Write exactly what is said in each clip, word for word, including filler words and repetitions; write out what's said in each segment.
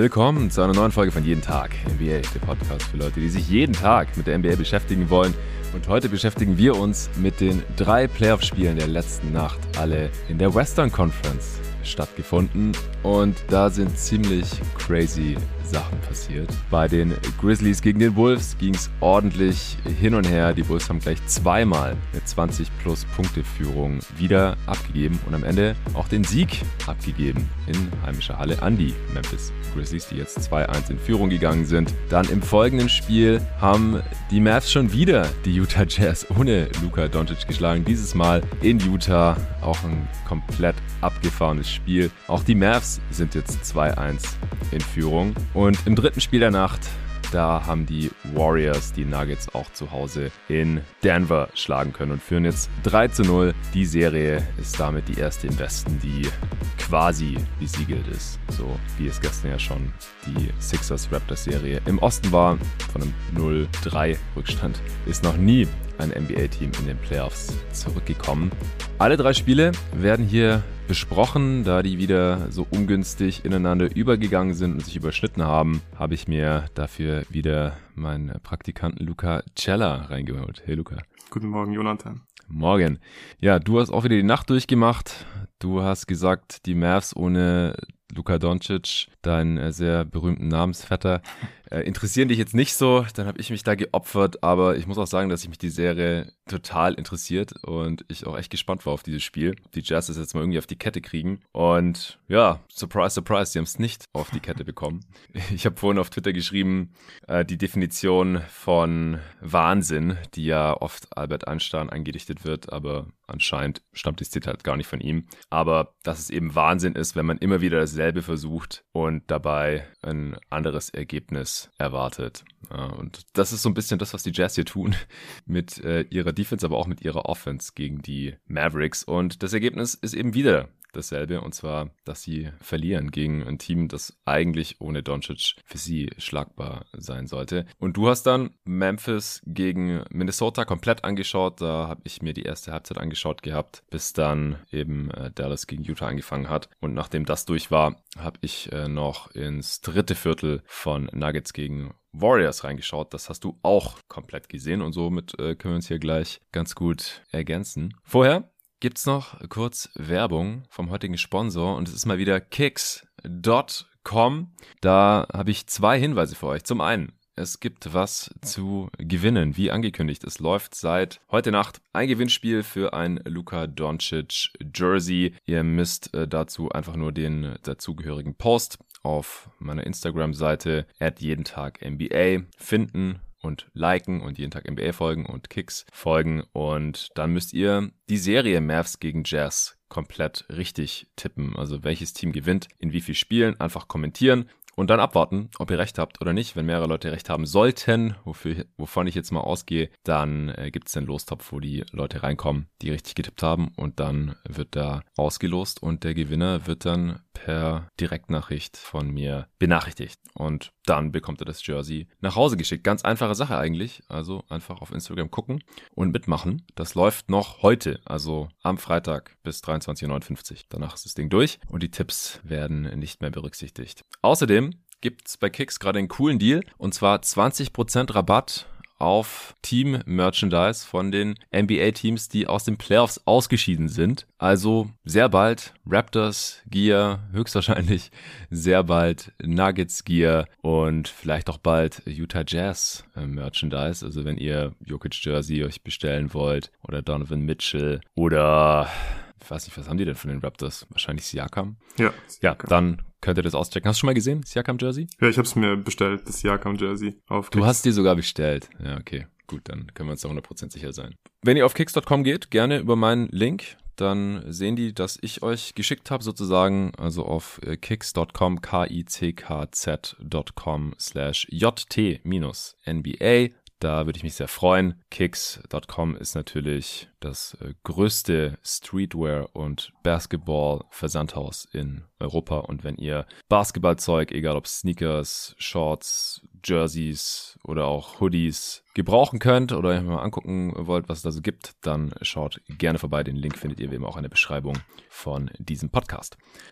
Willkommen zu einer neuen Folge von Jeden Tag N B A, der Podcast für Leute, die sich jeden Tag mit der N B A beschäftigen wollen. Und heute beschäftigen wir uns mit den drei Playoff-Spielen der letzten Nacht, alle in der Western Conference stattgefunden. Und da sind ziemlich crazy Sachen passiert. Bei den Grizzlies gegen den Wolves ging es ordentlich hin und her. Die Wolves haben gleich zweimal eine zwanzig plus Punkte Führung wieder abgegeben und am Ende auch den Sieg abgegeben in heimischer Halle an die Memphis Grizzlies, die jetzt zwei eins in Führung gegangen sind. Dann im folgenden Spiel haben die Mavs schon wieder die Utah Jazz ohne Luka Doncic geschlagen. Dieses Mal in Utah, auch ein komplett abgefahrenes Spiel. Auch die Mavs sind jetzt zwei eins in Führung. Und im dritten Spiel der Nacht, da haben die Warriors die Nuggets auch zu Hause in Denver schlagen können und führen jetzt drei zu null. Die Serie ist damit die erste im Westen, die quasi besiegelt ist. So wie es gestern ja schon die Sixers-Raptors-Serie im Osten war. Von einem null drei Rückstand ist noch nie ein N B A-Team in den Playoffs zurückgekommen. Alle drei Spiele werden hier besprochen, da die wieder so ungünstig ineinander übergegangen sind und sich überschnitten haben, habe ich mir dafür wieder meinen Praktikanten Luca Cella reingeholt. Hey Luca. Guten Morgen, Jonathan. Morgen. Ja, du hast auch wieder die Nacht durchgemacht. Du hast gesagt, die Mavs ohne Luka Doncic, deinen äh, sehr berühmten Namensvetter, äh, interessieren dich jetzt nicht so. Dann habe ich mich da geopfert, aber ich muss auch sagen, dass sich mich die Serie total interessiert und ich auch echt gespannt war auf dieses Spiel. Die Jazz es jetzt mal irgendwie auf die Kette kriegen und ja, surprise, surprise, die haben es nicht auf die Kette bekommen. Ich habe vorhin auf Twitter geschrieben, äh, die Definition von Wahnsinn, die ja oft Albert Einstein angedichtet wird, aber anscheinend stammt das Zitat gar nicht von ihm. Aber dass es eben Wahnsinn ist, wenn man immer wieder dasselbe versucht und dabei ein anderes Ergebnis erwartet. Ja, und das ist so ein bisschen das, was die Jazz hier tun mit äh, ihrer Defense, aber auch mit ihrer Offense gegen die Mavericks. Und das Ergebnis ist eben wieder dasselbe, und zwar, dass sie verlieren gegen ein Team, das eigentlich ohne Doncic für sie schlagbar sein sollte. Und du hast dann Memphis gegen Minnesota komplett angeschaut. Da habe ich mir die erste Halbzeit angeschaut gehabt, bis dann eben äh, Dallas gegen Utah angefangen hat. Und nachdem das durch war, habe ich äh, noch ins dritte Viertel von Nuggets gegen Warriors reingeschaut. Das hast du auch komplett gesehen und somit äh, können wir uns hier gleich ganz gut ergänzen. Vorher gibt's noch kurz Werbung vom heutigen Sponsor und es ist mal wieder Kicks Punkt com. Da habe ich zwei Hinweise für euch. Zum einen, es gibt was zu gewinnen, wie angekündigt. Es läuft seit heute Nacht ein Gewinnspiel für ein Luka Doncic Jersey. Ihr müsst äh, dazu einfach nur den dazugehörigen Post auf meiner Instagram-Seite at jeden Tag N B A finden und liken und jeden Tag N B A folgen und Kicks folgen. Und dann müsst ihr die Serie Mavs gegen Jazz komplett richtig tippen. Also welches Team gewinnt, in wie vielen Spielen, einfach kommentieren. Und dann abwarten, ob ihr recht habt oder nicht. Wenn mehrere Leute recht haben sollten, wofür, wovon ich jetzt mal ausgehe, dann äh, gibt es den Lostopf, wo die Leute reinkommen, die richtig getippt haben. Und dann wird da ausgelost und der Gewinner wird dann per Direktnachricht von mir benachrichtigt. Und dann bekommt er das Jersey nach Hause geschickt. Ganz einfache Sache eigentlich. Also einfach auf Instagram gucken und mitmachen. Das läuft noch heute, also am Freitag bis dreiundzwanzig Uhr neunundfünfzig. Danach ist das Ding durch und die Tipps werden nicht mehr berücksichtigt. Außerdem gibt's bei Kicks gerade einen coolen Deal und zwar zwanzig Prozent Rabatt auf Team-Merchandise von den N B A-Teams, die aus den Playoffs ausgeschieden sind. Also sehr bald Raptors Gear, höchstwahrscheinlich sehr bald Nuggets Gear und vielleicht auch bald Utah Jazz äh, Merchandise. Also wenn ihr Jokic Jersey euch bestellen wollt oder Donovan Mitchell oder ich weiß nicht, was haben die denn von den Raptors? Wahrscheinlich Siakam? Ja. Siakam. Ja, dann könnt ihr das auschecken. Hast du schon mal gesehen, Siakam Jersey? Ja, ich habe es mir bestellt, das Siakam Jersey auf Kicks. Du hast dir sogar bestellt. Ja, okay. Gut, dann können wir uns da hundert Prozent sicher sein. Wenn ihr auf Kicks Punkt com geht, gerne über meinen Link, dann sehen die, dass ich euch geschickt habe sozusagen, also auf Kicks Punkt com, K I C K Z Punkt com slash J T minus N B A. Da würde ich mich sehr freuen. Kicks Punkt com ist natürlich das äh, größte Streetwear- und Basketball-Versandhaus in Europa. Und wenn ihr Basketballzeug, egal ob Sneakers, Shorts, Jerseys oder auch Hoodies gebrauchen könnt oder mal angucken wollt, was es da so gibt, dann schaut gerne vorbei. Den Link findet ihr wie immer auch in der Beschreibung von diesem Podcast. So,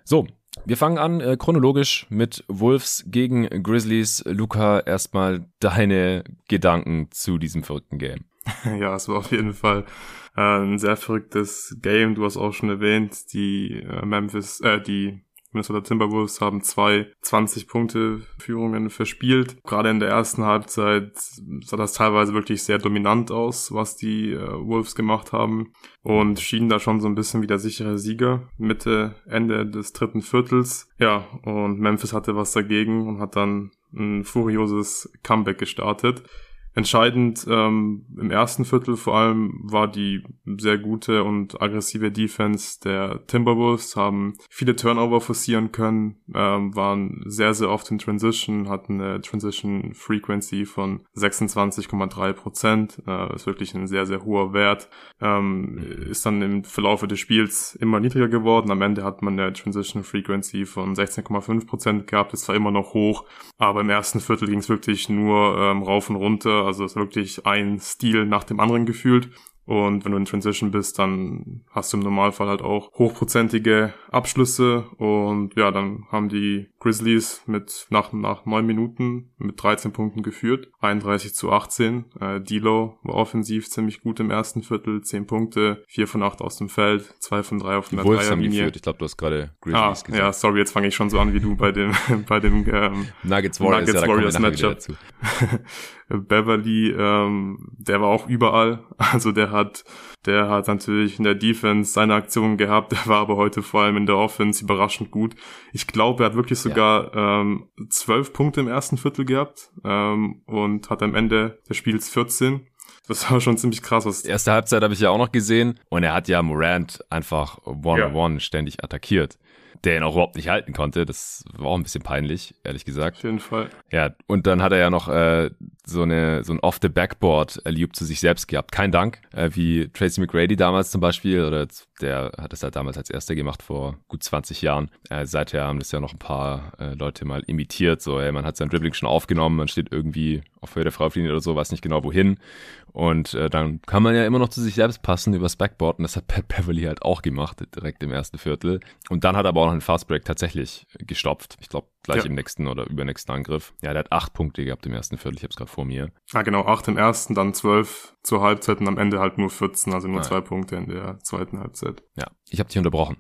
Wir fangen an äh, chronologisch mit Wolves gegen Grizzlies. Luca, erstmal deine Gedanken zu diesem verrückten Game. Ja, es war auf jeden Fall äh, ein sehr verrücktes Game. Du hast auch schon erwähnt, die äh, Memphis, äh, die Minnesota Timberwolves haben zwei zwanzig-Punkte-Führungen verspielt. Gerade in der ersten Halbzeit sah das teilweise wirklich sehr dominant aus, was die äh, Wolves gemacht haben, und schienen da schon so ein bisschen wie der sichere Sieger Mitte, Ende des dritten Viertels. Ja, und Memphis hatte was dagegen und hat dann ein furioses Comeback gestartet. Entscheidend ähm, im ersten Viertel vor allem war die sehr gute und aggressive Defense der Timberwolves, haben viele Turnover forcieren können, ähm, waren sehr, sehr oft in Transition, hatten eine Transition Frequency von sechsundzwanzig Komma drei Prozent, äh, ist wirklich ein sehr, sehr hoher Wert, ähm, ist dann im Verlauf des Spiels immer niedriger geworden. Am Ende hat man eine Transition Frequency von sechzehn Komma fünf Prozent gehabt, ist zwar immer noch hoch, aber im ersten Viertel ging es wirklich nur ähm, rauf und runter. Also es ist wirklich ein Stil nach dem anderen gefühlt. Und wenn du in Transition bist, dann hast du im Normalfall halt auch hochprozentige Abschlüsse. Und ja, dann haben die Grizzlies mit nach nach neun Minuten mit dreizehn Punkten geführt. einunddreißig zu achtzehn. Äh, D'Lo war offensiv ziemlich gut im ersten Viertel. zehn Punkte, vier von acht aus dem Feld, zwei von drei auf der Dreierlinie. Ich glaube, du hast gerade Grizzlies ah, gesagt. Ja, sorry, jetzt fange ich schon so an wie du bei dem bei dem ähm, Nuggets Warriors, Nuggets ja, Warriors Matchup. Beverly, ähm, der war auch überall. Also der hat, der hat natürlich in der Defense seine Aktionen gehabt. Der war aber heute vor allem in der Offense überraschend gut. Ich glaube, er hat wirklich sogar ja. ähm, zwölf Punkte im ersten Viertel gehabt ähm, und hat am Ende des Spiels vierzehn. Das war schon ziemlich krass. Was Erste Halbzeit habe ich ja auch noch gesehen und er hat ja Morant einfach one-on-one ja. ständig attackiert, der ihn auch überhaupt nicht halten konnte. Das war auch ein bisschen peinlich, ehrlich gesagt. Auf jeden Fall. Ja, und dann hat er ja noch äh, so eine so ein Off-the-Backboard-Alley-oop zu sich selbst gehabt. Kein Dank, äh, wie Tracy McGrady damals zum Beispiel, oder der hat es halt damals als erster gemacht vor gut zwanzig Jahren. Äh, seither haben das ja noch ein paar äh, Leute mal imitiert. So, hey, man hat sein Dribbling schon aufgenommen, man steht irgendwie auf Höhe der Freiwurflinie oder so, weiß nicht genau wohin. Und äh, dann kann man ja immer noch zu sich selbst passen übers Backboard, und das hat Pat Beverly halt auch gemacht, direkt im ersten Viertel. Und dann hat er aber auch noch einen Fastbreak tatsächlich gestopft. Ich glaube, gleich ja. im nächsten oder übernächsten Angriff. Ja, der hat acht Punkte gehabt im ersten Viertel, ich habe es gerade vor mir. Ah, genau, acht im ersten, dann zwölf zur Halbzeit und am Ende halt nur vierzehn, also nur ah, zwei ja. Punkte in der zweiten Halbzeit. Ja, ich habe dich unterbrochen.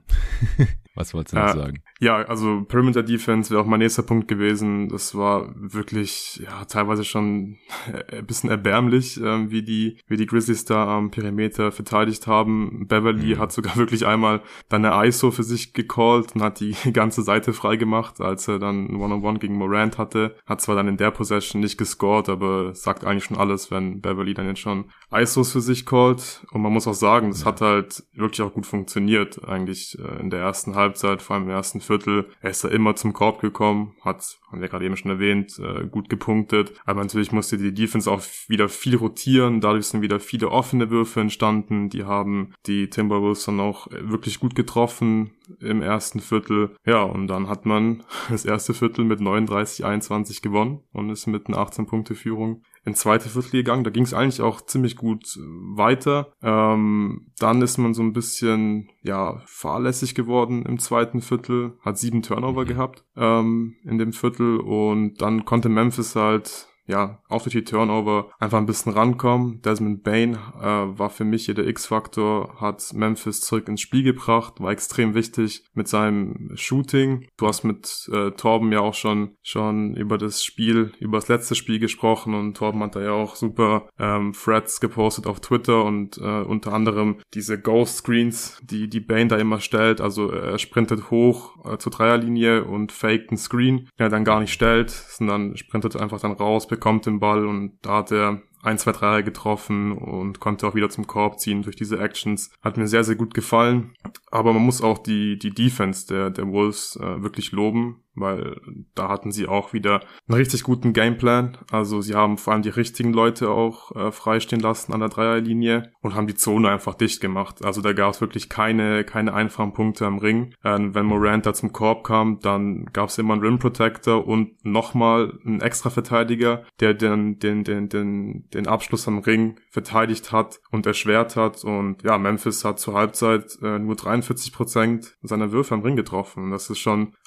Was wolltest du noch äh, sagen? Ja, also Perimeter Defense wäre auch mein nächster Punkt gewesen. Das war wirklich, ja, teilweise schon ein bisschen erbärmlich, äh, wie die wie die Grizzlies da am Perimeter verteidigt haben. Beverly mhm. hat sogar wirklich einmal dann eine I S O für sich gecallt und hat die ganze Seite freigemacht, als er dann ein One-on-One gegen Morant hatte. Hat zwar dann in der Possession nicht gescored, aber sagt eigentlich schon alles, wenn Beverly dann jetzt schon I S Os für sich callt. Und man muss auch sagen, das ja. hat halt wirklich auch gut funktioniert, eigentlich äh, in der ersten Halbzeit, vor allem im ersten Viertel. Er ist da immer zum Korb gekommen, hat, haben wir gerade eben schon erwähnt, äh, gut gepunktet. Aber natürlich musste die Defense auch wieder viel rotieren. Dadurch sind wieder viele offene Würfe entstanden. Die haben die Timberwolves dann auch wirklich gut getroffen im ersten Viertel. Ja, und dann hat man das erste Viertel mit neununddreißig einundzwanzig gewonnen und ist mit einer achtzehn-Punkte-Führung ins zweite Viertel gegangen. Da ging es eigentlich auch ziemlich gut weiter. Ähm, dann ist man so ein bisschen, ja, fahrlässig geworden im zweiten Viertel, hat sieben Turnover mhm. gehabt ähm, in dem Viertel, und dann konnte Memphis halt ja, auch durch die Turnover einfach ein bisschen rankommen. Desmond Bane äh, war für mich hier der X-Faktor, hat Memphis zurück ins Spiel gebracht, war extrem wichtig mit seinem Shooting. Du hast mit äh, Torben ja auch schon schon über das Spiel, über das letzte Spiel gesprochen, und Torben hat da ja auch super ähm, Threads gepostet auf Twitter, und äh, unter anderem diese Ghost Screens, die die Bane da immer stellt. Also er sprintet hoch äh, zur Dreierlinie und faked einen Screen, den er dann gar nicht stellt, sondern sprintet einfach dann raus, bekommt den Ball, und da hat er ein, zwei Dreier getroffen und konnte auch wieder zum Korb ziehen durch diese Actions. Hat mir sehr, sehr gut gefallen. Aber man muss auch die die Defense der der Wolves äh, wirklich loben, weil da hatten sie auch wieder einen richtig guten Gameplan. Also sie haben vor allem die richtigen Leute auch äh, freistehen lassen an der Dreierlinie und haben die Zone einfach dicht gemacht. Also da gab es wirklich keine keine einfachen Punkte am Ring. Äh, wenn Morant da zum Korb kam, dann gab es immer einen Rim Protector und nochmal einen extra Verteidiger, der den den den den den Abschluss am Ring verteidigt hat und erschwert hat. Und ja, Memphis hat zur Halbzeit äh, nur dreiundvierzig Prozent seiner Würfe am Ring getroffen. Und das ist schon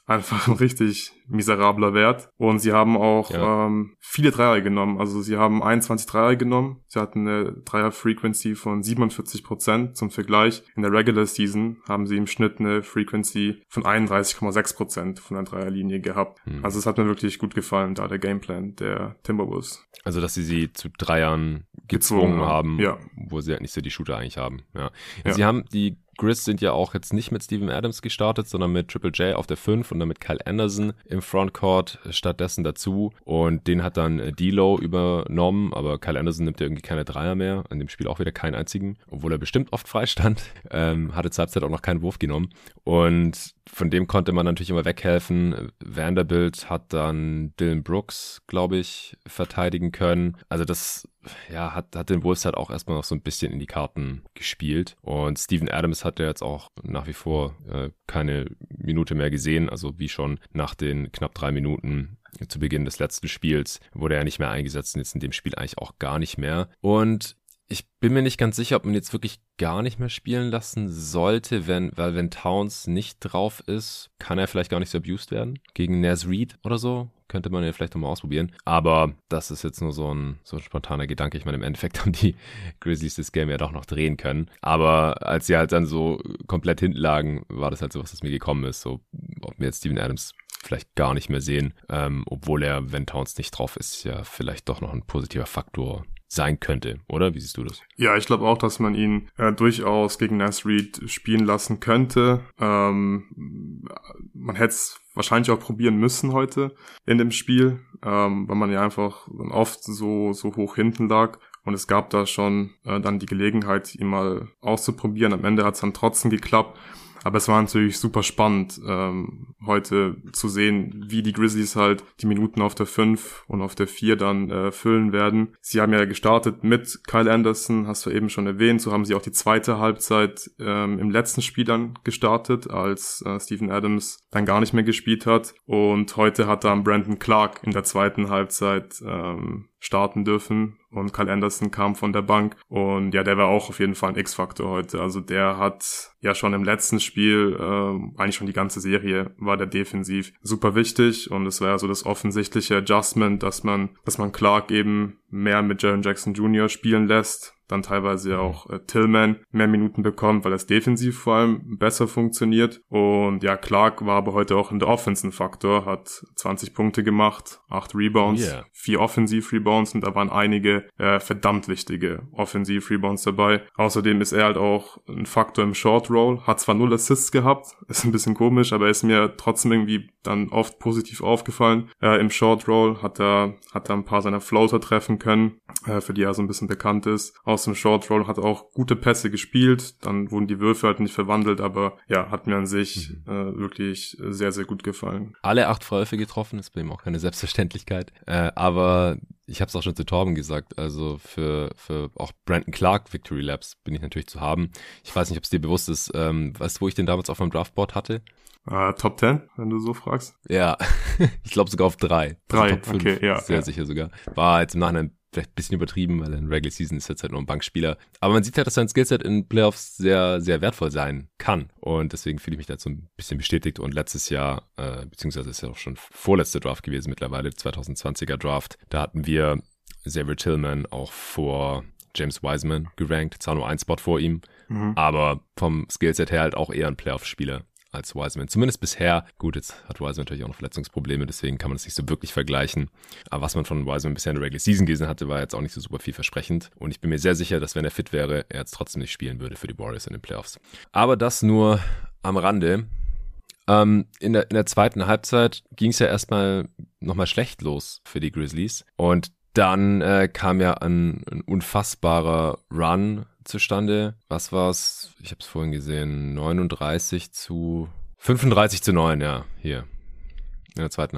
einfach ein richtig miserabler Wert. Und sie haben auch ja. ähm, viele Dreier genommen. Also sie haben einundzwanzig Dreier genommen. Sie hatten eine Dreier-Frequency von siebenundvierzig Prozent. Zum Vergleich, in der Regular Season haben sie im Schnitt eine Frequency von einunddreißig Komma sechs Prozent von der Dreierlinie gehabt. Hm. Also es hat mir wirklich gut gefallen, da der Gameplan der Timberwolves. Also dass sie sie zu Dreiern gezwungen, gezwungen haben, ja. wo sie halt nicht so die Shooter eigentlich haben. Ja. Ja. Sie haben die Grizz sind ja auch jetzt nicht mit Steven Adams gestartet, sondern mit Triple J auf der fünf und dann mit Kyle Anderson im Frontcourt stattdessen dazu. Und den hat dann D-Lo übernommen, aber Kyle Anderson nimmt ja irgendwie keine Dreier mehr. In dem Spiel auch wieder keinen einzigen, obwohl er bestimmt oft frei stand. Ähm, hatte zur Halbzeit auch noch keinen Wurf genommen. Und von dem konnte man natürlich immer weghelfen. Vanderbilt hat dann Dylan Brooks, glaube ich, verteidigen können. Also das ja, hat, hat den Wolves halt auch erstmal noch so ein bisschen in die Karten gespielt. Und Steven Adams hat ja jetzt auch nach wie vor äh, keine Minute mehr gesehen. Also wie schon nach den knapp drei Minuten zu Beginn des letzten Spiels wurde er nicht mehr eingesetzt und jetzt in dem Spiel eigentlich auch gar nicht mehr. Und ich bin mir nicht ganz sicher, ob man jetzt wirklich gar nicht mehr spielen lassen sollte, wenn, weil wenn Towns nicht drauf ist, kann er vielleicht gar nicht so abused werden. Gegen Naz Reid oder so könnte man ja vielleicht nochmal ausprobieren. Aber das ist jetzt nur so ein, so ein spontaner Gedanke. Ich meine, im Endeffekt haben die Grizzlies das Game ja doch noch drehen können. Aber als sie halt dann so komplett hinten lagen, war das halt so was, das mir gekommen ist. So, ob wir jetzt Steven Adams vielleicht gar nicht mehr sehen, ähm, obwohl er, wenn Towns nicht drauf ist, ja vielleicht doch noch ein positiver Faktor sein könnte, oder? Wie siehst du das? Ja, ich glaube auch, dass man ihn äh, durchaus gegen Naz Reid spielen lassen könnte. Ähm, man hätte es wahrscheinlich auch probieren müssen heute in dem Spiel, ähm, weil man ja einfach oft so so hoch hinten lag. Und es gab da schon äh, dann die Gelegenheit, ihn mal auszuprobieren. Am Ende hat es dann trotzdem geklappt. Aber es war natürlich super spannend, ähm, heute zu sehen, wie die Grizzlies halt die Minuten auf der fünf und auf der vier dann äh, füllen werden. Sie haben ja gestartet mit Kyle Anderson, hast du eben schon erwähnt. So haben sie auch die zweite Halbzeit ähm, im letzten Spiel dann gestartet, als äh, Steven Adams dann gar nicht mehr gespielt hat. Und heute hat dann Brandon Clark in der zweiten Halbzeit ähm, starten dürfen und Kyle Anderson kam von der Bank und ja, der war auch auf jeden Fall ein X-Faktor heute. Also der hat ja schon im letzten Spiel, äh, eigentlich schon die ganze Serie, war der defensiv super wichtig und es war ja so das offensichtliche Adjustment, dass man, dass man Clark eben mehr mit Jaren Jackson Junior spielen lässt. Dann teilweise auch äh, Tillman mehr Minuten bekommt, weil das defensiv vor allem besser funktioniert. Und ja, Clark war aber heute auch in der Offense ein Faktor, hat zwanzig Punkte gemacht, acht Rebounds, yeah. vier Offensiv-Rebounds und da waren einige äh, verdammt wichtige Offensiv-Rebounds dabei. Außerdem ist er halt auch ein Faktor im Short Roll, hat zwar null Assists gehabt, ist ein bisschen komisch, aber er ist mir trotzdem irgendwie dann oft positiv aufgefallen. Äh, im Short Roll hat er, hat er ein paar seiner Floater treffen können, äh, für die er so ein bisschen bekannt ist. Aus dem Short Roll hat auch gute Pässe gespielt, dann wurden die Würfe halt nicht verwandelt, aber ja, hat mir an sich mhm. äh, wirklich sehr, sehr gut gefallen. Alle acht Würfe getroffen, ist bei ihm auch keine Selbstverständlichkeit, äh, aber ich habe es auch schon zu Torben gesagt, also für für auch Brandon Clark Victory Laps bin ich natürlich zu haben. Ich weiß nicht, ob es dir bewusst ist, ähm, weißt du, wo ich den damals auf meinem Draftboard hatte? Uh, Top zehn, wenn du so fragst? Ja, ich glaube sogar auf drei. Drei, also Top fünf, okay, ja. Sehr ja. sicher sogar. War jetzt im Nachhinein vielleicht ein bisschen übertrieben, weil in Regular Season ist jetzt halt nur ein Bankspieler. Aber man sieht halt, dass sein Skillset in Playoffs sehr, sehr wertvoll sein kann. Und deswegen fühle ich mich da so ein bisschen bestätigt. Und letztes Jahr, äh, beziehungsweise ist ja auch schon vorletzte Draft gewesen mittlerweile, zwanzig zwanziger Draft, da hatten wir Xavier Tillman auch vor James Wiseman gerankt. Zwar nur ein Spot vor ihm, mhm. aber vom Skillset her halt auch eher ein Playoff-Spieler als Wiseman. Zumindest bisher. Gut, jetzt hat Wiseman natürlich auch noch Verletzungsprobleme, deswegen kann man das nicht so wirklich vergleichen. Aber was man von Wiseman bisher in der Regular Season gesehen hatte, war jetzt auch nicht so super vielversprechend. Und ich bin mir sehr sicher, dass wenn er fit wäre, er jetzt trotzdem nicht spielen würde für die Warriors in den Playoffs. Aber das nur am Rande. Ähm, in der, in der zweiten Halbzeit ging es ja erstmal nochmal schlecht los für die Grizzlies. Und dann äh, kam ja ein, ein unfassbarer Run zustande. Was war's? Ich habe es vorhin gesehen. neununddreißig zu fünfunddreißig zu neun, ja, hier. In der zweiten Halbzeit.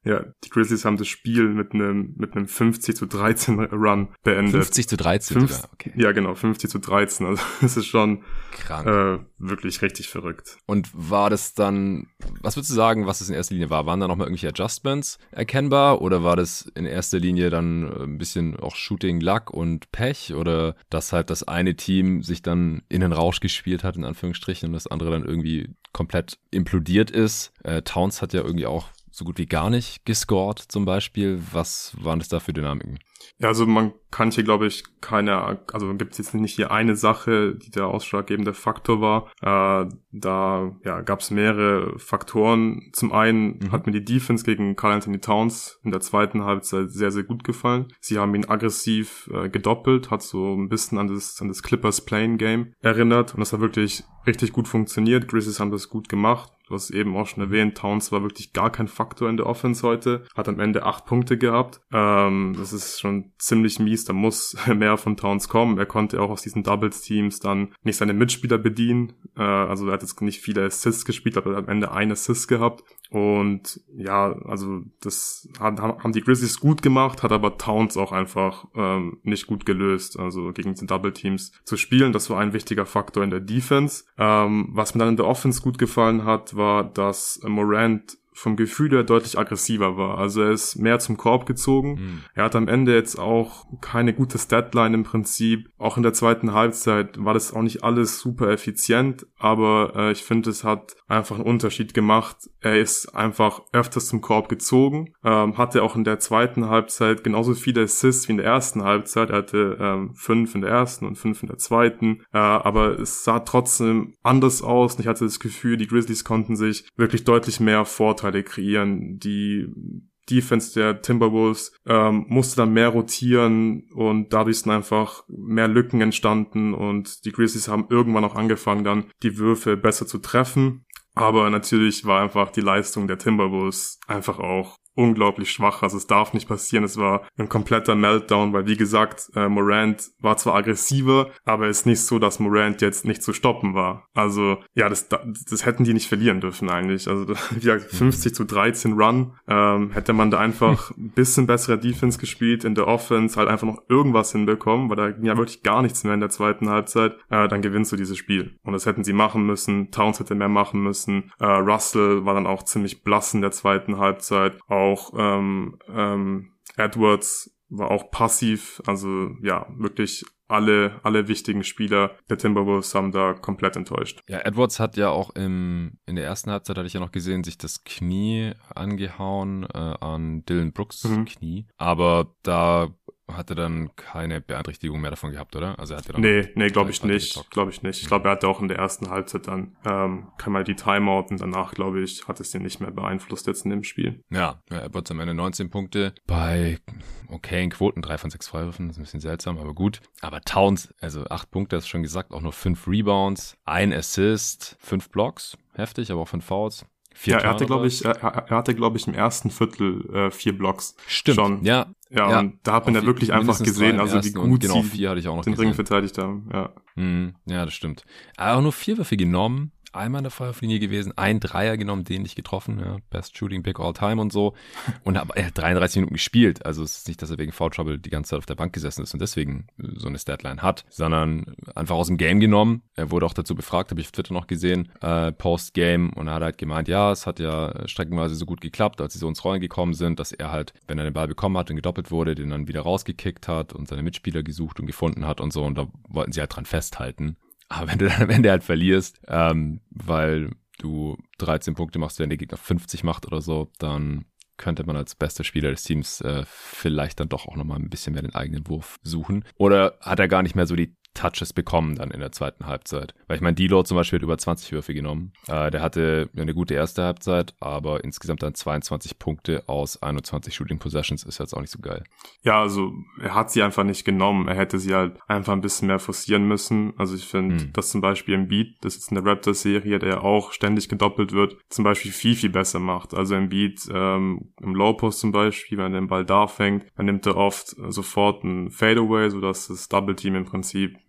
Ja, die Grizzlies haben das Spiel mit einem mit einem fünfzig zu dreizehn Run beendet. fünfzig zu dreizehn Fünf, sogar, okay. Ja, genau, fünfzig zu dreizehn. Also es ist schon krank. Äh, wirklich richtig verrückt. Und war das dann, was würdest du sagen, was es in erster Linie war? Waren da nochmal irgendwelche Adjustments erkennbar oder war das in erster Linie dann ein bisschen auch Shooting, Luck und Pech oder dass halt das eine Team sich dann in den Rausch gespielt hat, in Anführungsstrichen, und das andere dann irgendwie komplett implodiert ist? Äh, Towns hat ja irgendwie auch so gut wie gar nicht gescored zum Beispiel. Was waren das da für Dynamiken? Ja, also man kann hier, glaube ich, keine, also gibt es jetzt nicht hier eine Sache, die der ausschlaggebende Faktor war. Äh, da ja, gab es mehrere Faktoren. Zum einen mhm. hat mir die Defense gegen Karl Anthony Towns in der zweiten Halbzeit sehr, sehr gut gefallen. Sie haben ihn aggressiv äh, gedoppelt, hat so ein bisschen an das, an das Clippers Playing Game erinnert und das hat wirklich richtig gut funktioniert. Grizzlies haben das gut gemacht. Du hast eben auch schon erwähnt, Towns war wirklich gar kein Faktor in der Offense heute, hat am Ende acht Punkte gehabt. Ähm, das ist schon ziemlich mies, da muss mehr von Towns kommen. Er konnte auch aus diesen Doubles-Teams dann nicht seine Mitspieler bedienen. Äh, also er hat jetzt nicht viele Assists gespielt, aber er hat am Ende einen Assist gehabt. Und ja, also das haben die Grizzlies gut gemacht, hat aber Towns auch einfach ähm, nicht gut gelöst, also gegen die Double-Teams zu spielen. Das war ein wichtiger Faktor in der Defense. Ähm, was mir dann in der Offense gut gefallen hat, war, dass Morant vom Gefühl her deutlich aggressiver war. Also er ist mehr zum Korb gezogen. Mhm. Er hat am Ende jetzt auch keine gute Statline im Prinzip. Auch in der zweiten Halbzeit war das auch nicht alles super effizient, aber äh, ich finde, es hat einfach einen Unterschied gemacht. Er ist einfach öfters zum Korb gezogen, ähm, hatte auch in der zweiten Halbzeit genauso viele Assists wie in der ersten Halbzeit. Er hatte ähm, fünf in der ersten und fünf in der zweiten, äh, aber es sah trotzdem anders aus. Und ich hatte das Gefühl, die Grizzlies konnten sich wirklich deutlich mehr Vorteile kreieren. Die Defense der Timberwolves ähm, musste dann mehr rotieren und dadurch sind einfach mehr Lücken entstanden und die Grizzlies haben irgendwann auch angefangen, dann die Würfe besser zu treffen. Aber natürlich war einfach die Leistung der Timberwolves einfach auch unglaublich schwach. Also es darf nicht passieren. Es war ein kompletter Meltdown, weil wie gesagt, äh, Morant war zwar aggressiver, aber es ist nicht so, dass Morant jetzt nicht zu stoppen war. Also ja, das das hätten die nicht verlieren dürfen eigentlich. Also wie gesagt, fünfzig zu dreizehn Run. Ähm, hätte man da einfach ein bisschen bessere Defense gespielt, in der Offense halt einfach noch irgendwas hinbekommen, weil da ging ja wirklich gar nichts mehr in der zweiten Halbzeit, äh, dann gewinnst du dieses Spiel. Und das hätten sie machen müssen. Towns hätte mehr machen müssen. Äh, Russell war dann auch ziemlich blass in der zweiten Halbzeit. Auch ähm, ähm, Edwards war auch passiv, also ja, wirklich alle alle wichtigen Spieler der Timberwolves haben da komplett enttäuscht. Ja, Edwards hat ja auch im in der ersten Halbzeit, hatte ich ja noch gesehen, sich das Knie angehauen äh, an Dylan Brooks mhm. Knie, aber da hatte dann keine Beeinträchtigung mehr davon gehabt, oder? Also er hatte dann Nee, nee, glaube ich nicht. Glaube ich nicht. Ich glaube, er hatte auch in der ersten Halbzeit dann ähm, kann man die Timeout und danach, glaube ich, hat es ihn nicht mehr beeinflusst jetzt in dem Spiel. Ja, ja, er wird am Ende neunzehn Punkte bei okayen Quoten, drei von sechs Freiwürfen, das ist ein bisschen seltsam, aber gut. Aber Towns, also acht Punkte, hast du schon gesagt, auch nur fünf Rebounds, ein Assist, fünf Blocks, heftig, aber auch fünf Fouls. Vier ja, er hatte, glaube ich, er, er hatte, glaube ich, im ersten Viertel äh, vier Blocks. Stimmt, schon. ja. Ja, ja, und da hat man ja wirklich einfach gesehen, also wie gut genau, sie vier hatte ich auch noch den gesehen. Ring verteidigt haben. Ja. Mm, ja, das stimmt. Aber auch nur vier Würfe genommen, einmal in der Freiwurflinie gewesen, ein Dreier genommen, den nicht getroffen, ja, Best Shooting Pick all time und so. Und aber er hat dreiunddreißig Minuten gespielt, also es ist nicht, dass er wegen Foul Trouble die ganze Zeit auf der Bank gesessen ist und deswegen so eine Statline hat, sondern einfach aus dem Game genommen. Er wurde auch dazu befragt, habe ich auf Twitter noch gesehen, äh, Post-Game, und er hat halt gemeint, ja, es hat ja streckenweise so gut geklappt, als sie so ins Rollen gekommen sind, dass er halt, wenn er den Ball bekommen hat und gedoppelt wurde, den dann wieder rausgekickt hat und seine Mitspieler gesucht und gefunden hat und so, und da wollten sie halt dran festhalten. Aber wenn du dann am Ende halt verlierst, ähm, weil du dreizehn Punkte machst, wenn der Gegner fünfzig macht oder so, dann könnte man als bester Spieler des Teams äh, vielleicht dann doch auch nochmal ein bisschen mehr den eigenen Wurf suchen. Oder hat er gar nicht mehr so die Touches bekommen dann in der zweiten Halbzeit. Weil ich meine, D-Lo zum Beispiel hat über zwanzig Würfe genommen. Äh, der hatte eine gute erste Halbzeit, aber insgesamt dann zweiundzwanzig Punkte aus einundzwanzig Shooting Possessions ist jetzt auch nicht so geil. Ja, also er hat sie einfach nicht genommen. Er hätte sie halt einfach ein bisschen mehr forcieren müssen. Also ich finde, hm. dass zum Beispiel Embiid, das ist in der Raptors-Serie, der auch ständig gedoppelt wird, zum Beispiel viel, viel besser macht. Also Embiid ähm, im Low-Post zum Beispiel, wenn er den Ball da fängt, dann nimmt er oft sofort ein Fadeaway, sodass das Double-Team im Prinzip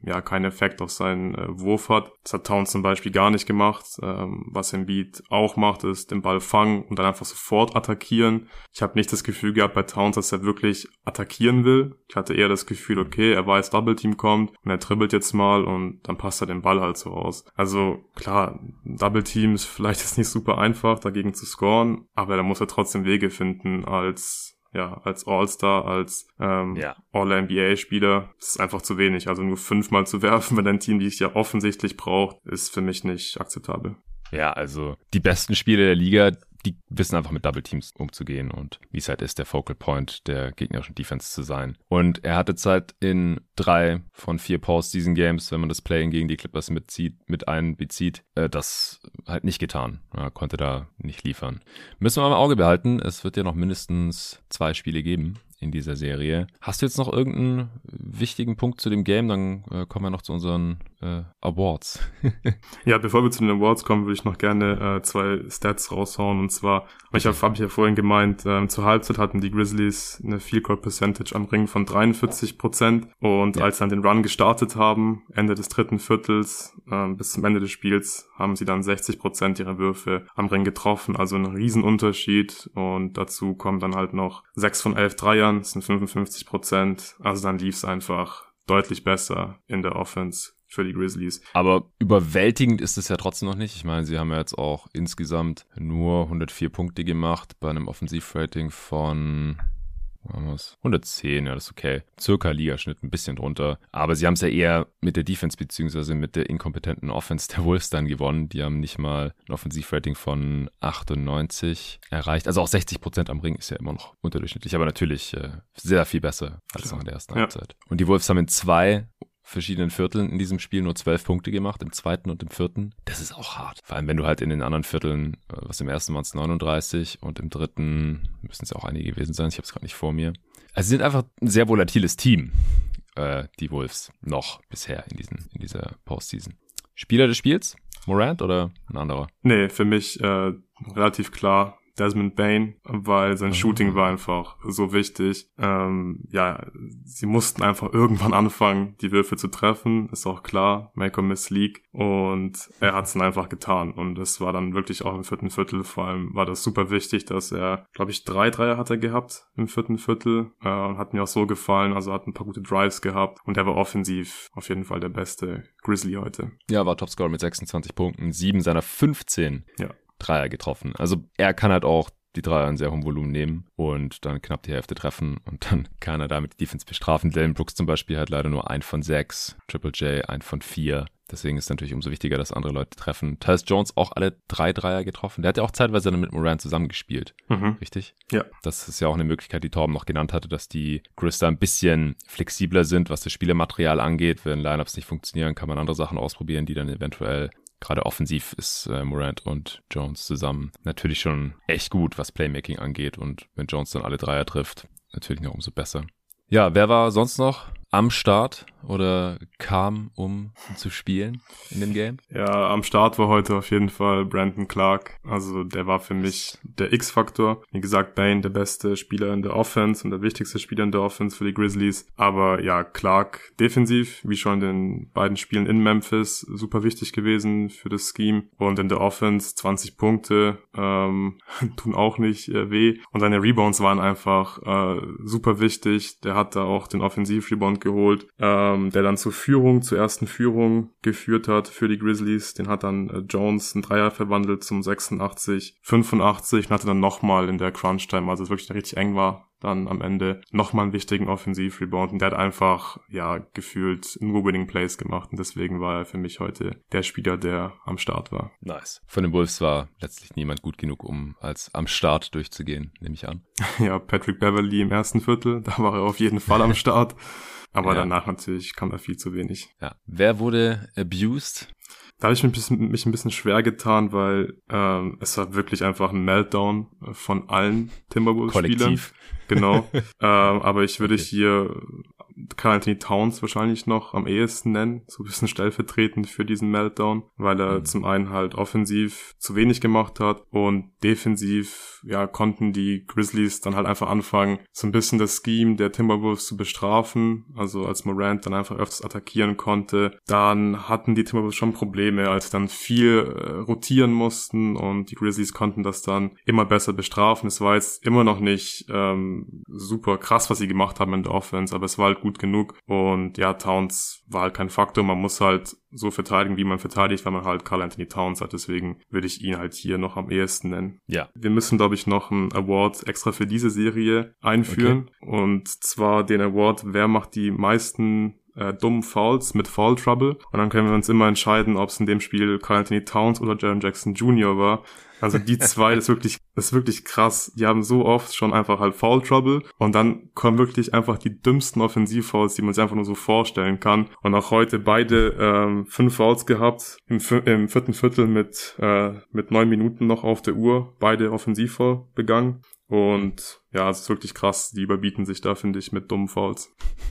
ja keinen Effekt auf seinen äh, Wurf hat. Das hat Towns zum Beispiel gar nicht gemacht. Ähm, was Embiid auch macht, ist den Ball fangen und dann einfach sofort attackieren. Ich habe nicht das Gefühl gehabt bei Towns, dass er wirklich attackieren will. Ich hatte eher das Gefühl, okay, er weiß, Double Team kommt und er dribbelt jetzt mal und dann passt er den Ball halt so aus. Also klar, Double Team ist vielleicht jetzt nicht super einfach, dagegen zu scoren, aber da muss er trotzdem Wege finden als ja, als All-Star, als ähm, ja. All-N B A-Spieler. Das ist einfach zu wenig. Also nur fünfmal zu werfen, wenn ein Team dich ja offensichtlich braucht, ist für mich nicht akzeptabel. Ja, also die besten Spieler der Liga, die wissen einfach mit Double Teams umzugehen und wie es halt ist, der Focal Point der gegnerischen Defense zu sein. Und er hatte Zeit in drei von vier Postseason Games, wenn man das Play-in gegen die Clippers mitzieht, mit einbezieht, äh, das halt nicht getan. Er konnte da nicht liefern. Müssen wir mal im Auge behalten. Es wird ja noch mindestens zwei Spiele geben in dieser Serie. Hast du jetzt noch irgendeinen wichtigen Punkt zu dem Game? Dann äh, kommen wir noch zu unseren äh, Awards. Ja, bevor wir zu den Awards kommen, würde ich noch gerne äh, zwei Stats raushauen. Und zwar, ich habe hab ich ja vorhin gemeint, ähm, zur Halbzeit hatten die Grizzlies eine Field Goal Percentage am Ring von dreiundvierzig Prozent. Und ja. als sie dann den Run gestartet haben, Ende des dritten Viertels, ähm, bis zum Ende des Spiels, haben sie dann sechzig Prozent ihrer Würfe am Ring getroffen. Also ein Riesenunterschied. Und dazu kommen dann halt noch sechs von elf Dreiern. Das sind fünfundfünfzig Prozent. Also dann lief es einfach deutlich besser in der Offense für die Grizzlies. Aber überwältigend ist es ja trotzdem noch nicht. Ich meine, sie haben ja jetzt auch insgesamt nur hundertvier Punkte gemacht bei einem Offensivrating von hundertzehn, ja, das ist okay. Circa Ligaschnitt, ein bisschen drunter. Aber sie haben es ja eher mit der Defense beziehungsweise mit der inkompetenten Offense der Wolves dann gewonnen. Die haben nicht mal ein Offensivrating von achtundneunzig erreicht. Also auch sechzig Prozent am Ring ist ja immer noch unterdurchschnittlich, aber natürlich äh, sehr viel besser als noch in der ersten ja. Halbzeit. Und die Wolves haben in zwei verschiedenen Vierteln in diesem Spiel nur zwölf Punkte gemacht, im zweiten und im vierten. Das ist auch hart. Vor allem, wenn du halt in den anderen Vierteln, was im ersten waren es neununddreißig und im dritten müssen es auch einige gewesen sein, ich habe es gerade nicht vor mir. Also sie sind einfach ein sehr volatiles Team, äh, die Wolves, noch bisher in, diesen, in dieser Postseason. Spieler des Spiels? Morant oder ein anderer? Nee, für mich äh, relativ klar Desmond Bane, weil sein Shooting war einfach so wichtig. Ähm, ja, sie mussten einfach irgendwann anfangen, die Würfe zu treffen, ist auch klar, make or miss League. Und er hat es dann einfach getan. Und es war dann wirklich auch im vierten Viertel, vor allem war das super wichtig, dass er, glaube ich, drei Dreier hat er gehabt im vierten Viertel. Äh, und hat mir auch so gefallen, also hat ein paar gute Drives gehabt. Und er war offensiv auf jeden Fall der beste Grizzly heute. Ja, war Topscorer mit sechsundzwanzig Punkten, sieben seiner fünfzehn. Ja. Dreier getroffen. Also er kann halt auch die Dreier in sehr hohem Volumen nehmen und dann knapp die Hälfte treffen und dann kann er damit die Defense bestrafen. Dylan Brooks zum Beispiel hat leider nur ein von sechs, Triple J ein von vier. Deswegen ist es natürlich umso wichtiger, dass andere Leute treffen. Tyus Jones auch alle drei Dreier getroffen. Der hat ja auch zeitweise dann mit Morant zusammengespielt. Mhm. Richtig? Ja. Das ist ja auch eine Möglichkeit, die Torben noch genannt hatte, dass die Grizz da ein bisschen flexibler sind, was das Spielermaterial angeht. Wenn Lineups nicht funktionieren, kann man andere Sachen ausprobieren, die dann eventuell gerade offensiv ist äh, Morant und Jones zusammen natürlich schon echt gut, was Playmaking angeht. Und wenn Jones dann alle Dreier trifft, natürlich noch umso besser. Ja, wer war sonst noch am Start oder kam, um zu spielen in dem Game? Ja, am Start war heute auf jeden Fall Brandon Clark. Also der war für mich der X-Faktor. Wie gesagt, Bane der beste Spieler in der Offense und der wichtigste Spieler in der Offense für die Grizzlies. Aber ja, Clark defensiv, wie schon in den beiden Spielen in Memphis, super wichtig gewesen für das Scheme. Und in der Offense zwanzig Punkte, ähm, tun auch nicht äh, weh. Und seine Rebounds waren einfach äh, super wichtig. Der hat da auch den Offensiv-Rebound geholt, ähm, der dann zur Führung, zur ersten Führung geführt hat für die Grizzlies. Den hat dann äh, Jones einen Dreier verwandelt zum sechsundachtzig, fünfundachtzig und hatte dann nochmal in der Crunch-Time, also es wirklich richtig eng war, dann am Ende nochmal einen wichtigen Offensiv-Rebound. Und der hat einfach, ja, gefühlt nur Winning Plays gemacht. Und deswegen war er für mich heute der Spieler, der am Start war. Nice. Von den Wolves war letztlich niemand gut genug, um als am Start durchzugehen, nehme ich an. Ja, Patrick Beverley im ersten Viertel, da war er auf jeden Fall am Start. Aber ja. danach natürlich kam da viel zu wenig. Ja. Wer wurde abused? Da habe ich mich ein, bisschen, mich ein bisschen schwer getan, weil ähm, es war wirklich einfach ein Meltdown von allen Timberwolves-Spielern. Kollektiv. Genau. ähm, aber ich würde okay. hier Karl Anthony Towns wahrscheinlich noch am ehesten nennen, so ein bisschen stellvertretend für diesen Meltdown, weil er mhm. zum einen halt offensiv zu wenig gemacht hat und defensiv, ja, konnten die Grizzlies dann halt einfach anfangen, so ein bisschen das Scheme der Timberwolves zu bestrafen, also als Morant dann einfach öfters attackieren konnte, dann hatten die Timberwolves schon Probleme, als dann viel äh, rotieren mussten und die Grizzlies konnten das dann immer besser bestrafen. Es war jetzt immer noch nicht ähm, super krass, was sie gemacht haben in der Offense, aber es war halt gut genug und ja, Towns war halt kein Faktor, man muss halt so verteidigen, wie man verteidigt, weil man halt Karl Anthony Towns hat, deswegen würde ich ihn halt hier noch am ehesten nennen. Ja. Wir müssen, glaube ich, noch einen Award extra für diese Serie einführen okay. und zwar den Award, wer macht die meisten äh, dummen Fouls mit Foul Trouble und dann können wir uns immer entscheiden, ob es in dem Spiel Karl Anthony Towns oder Jaren Jackson Junior war. Also die zwei, das ist wirklich, das ist wirklich krass. Die haben so oft schon einfach halt Foul Trouble und dann kommen wirklich einfach die dümmsten Offensivfouls, die man sich einfach nur so vorstellen kann. Und auch heute beide ähm, fünf Fouls gehabt im, im vierten Viertel mit äh, mit neun Minuten noch auf der Uhr. Beide Offensivfoul begangen. Und ja, es ist wirklich krass. Die überbieten sich da, finde ich, mit dummen Fouls.